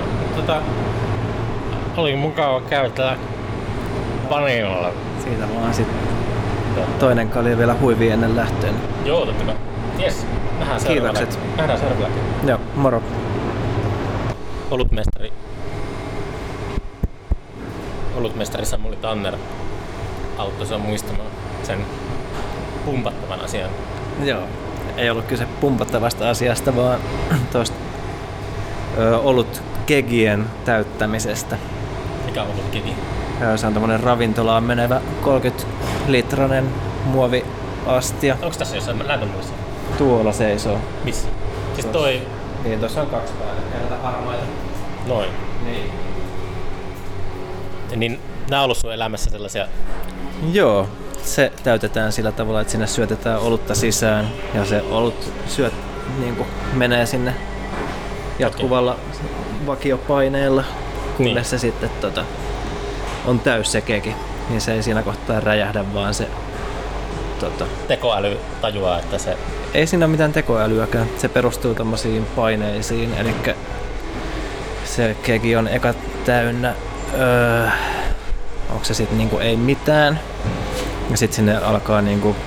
Oli mukava käydä täällä Panimolla. Siitä vaan sitten toinen kalja vielä huivi ennen lähtöä. Joo, totta kai. Jes, nähdään seuraavalla. Kiitokset. Nähdään seuraavalla. Joo, moro. Olutmestari Samuli Tanner auttoi sinua muistamaan sen pumpattavan asian. Joo, ei ollut kyse pumpattavasta asiasta, vaan tuosta olut kegien täyttämisestä. Mikä on ollut kegi? Se on tommonen ravintolaan menevä 30-litrainen muoviastia. Onko tässä jossain lämpömuissa? Tuolla seisoo. Missä? Siis toi... Niin, tuossa on 2 päällekkäin näitä harmaita. Noin. Niin. Niin nää on ollut sun elämässä sellaisia... Joo, se täytetään sillä tavalla, että sinne syötetään olutta sisään ja se olut niin menee sinne jatkuvalla vakiopaineella, kunnes se sitten on täys se keki. Niin se ei siinä kohtaa räjähdä, vaan se... Tekoäly tajuaa, että se... Ei siinä ole mitään tekoälyäkään. Se perustuu tommosiin paineisiin, eli se keki on eka täynnä... onko se sitten niinku ei mitään? Ja sitten sinne alkaa niinku...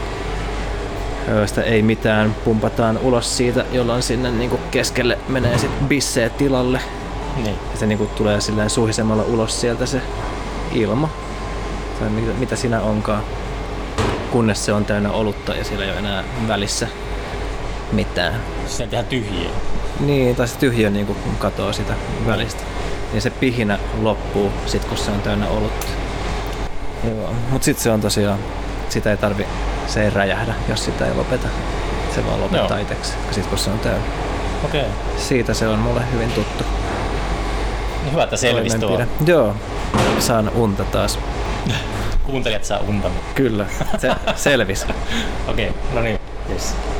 sitä ei mitään pumpataan ulos siitä, jolloin sinne niinku keskelle menee sitten bisseet tilalle. Niin. Ja se niinku tulee silleen suhisemalla ulos sieltä se ilma. Tai mitä siinä onkaan. Kunnes se on täynnä olutta ja siellä ei ole enää välissä mitään. Se on ihan tyhjiä. Niin, tai se tyhjiö niinku katoo sitä välistä. Ja se pihinä loppuu sit kun se on täynnä olutta. Joo, mut sit se on tosiaan, sitä ei se ei räjähdä, jos sitä ei lopeta. Se vaan lopettaa itseksi, sit kun se on täynnä. Okei. Siitä se on mulle hyvin tuttu. Hyvä, että selvisi tuo. Joo, saan unta taas. Kuuntelijat saa unta. Kyllä, se selvisi. Okei, no niin. Yes.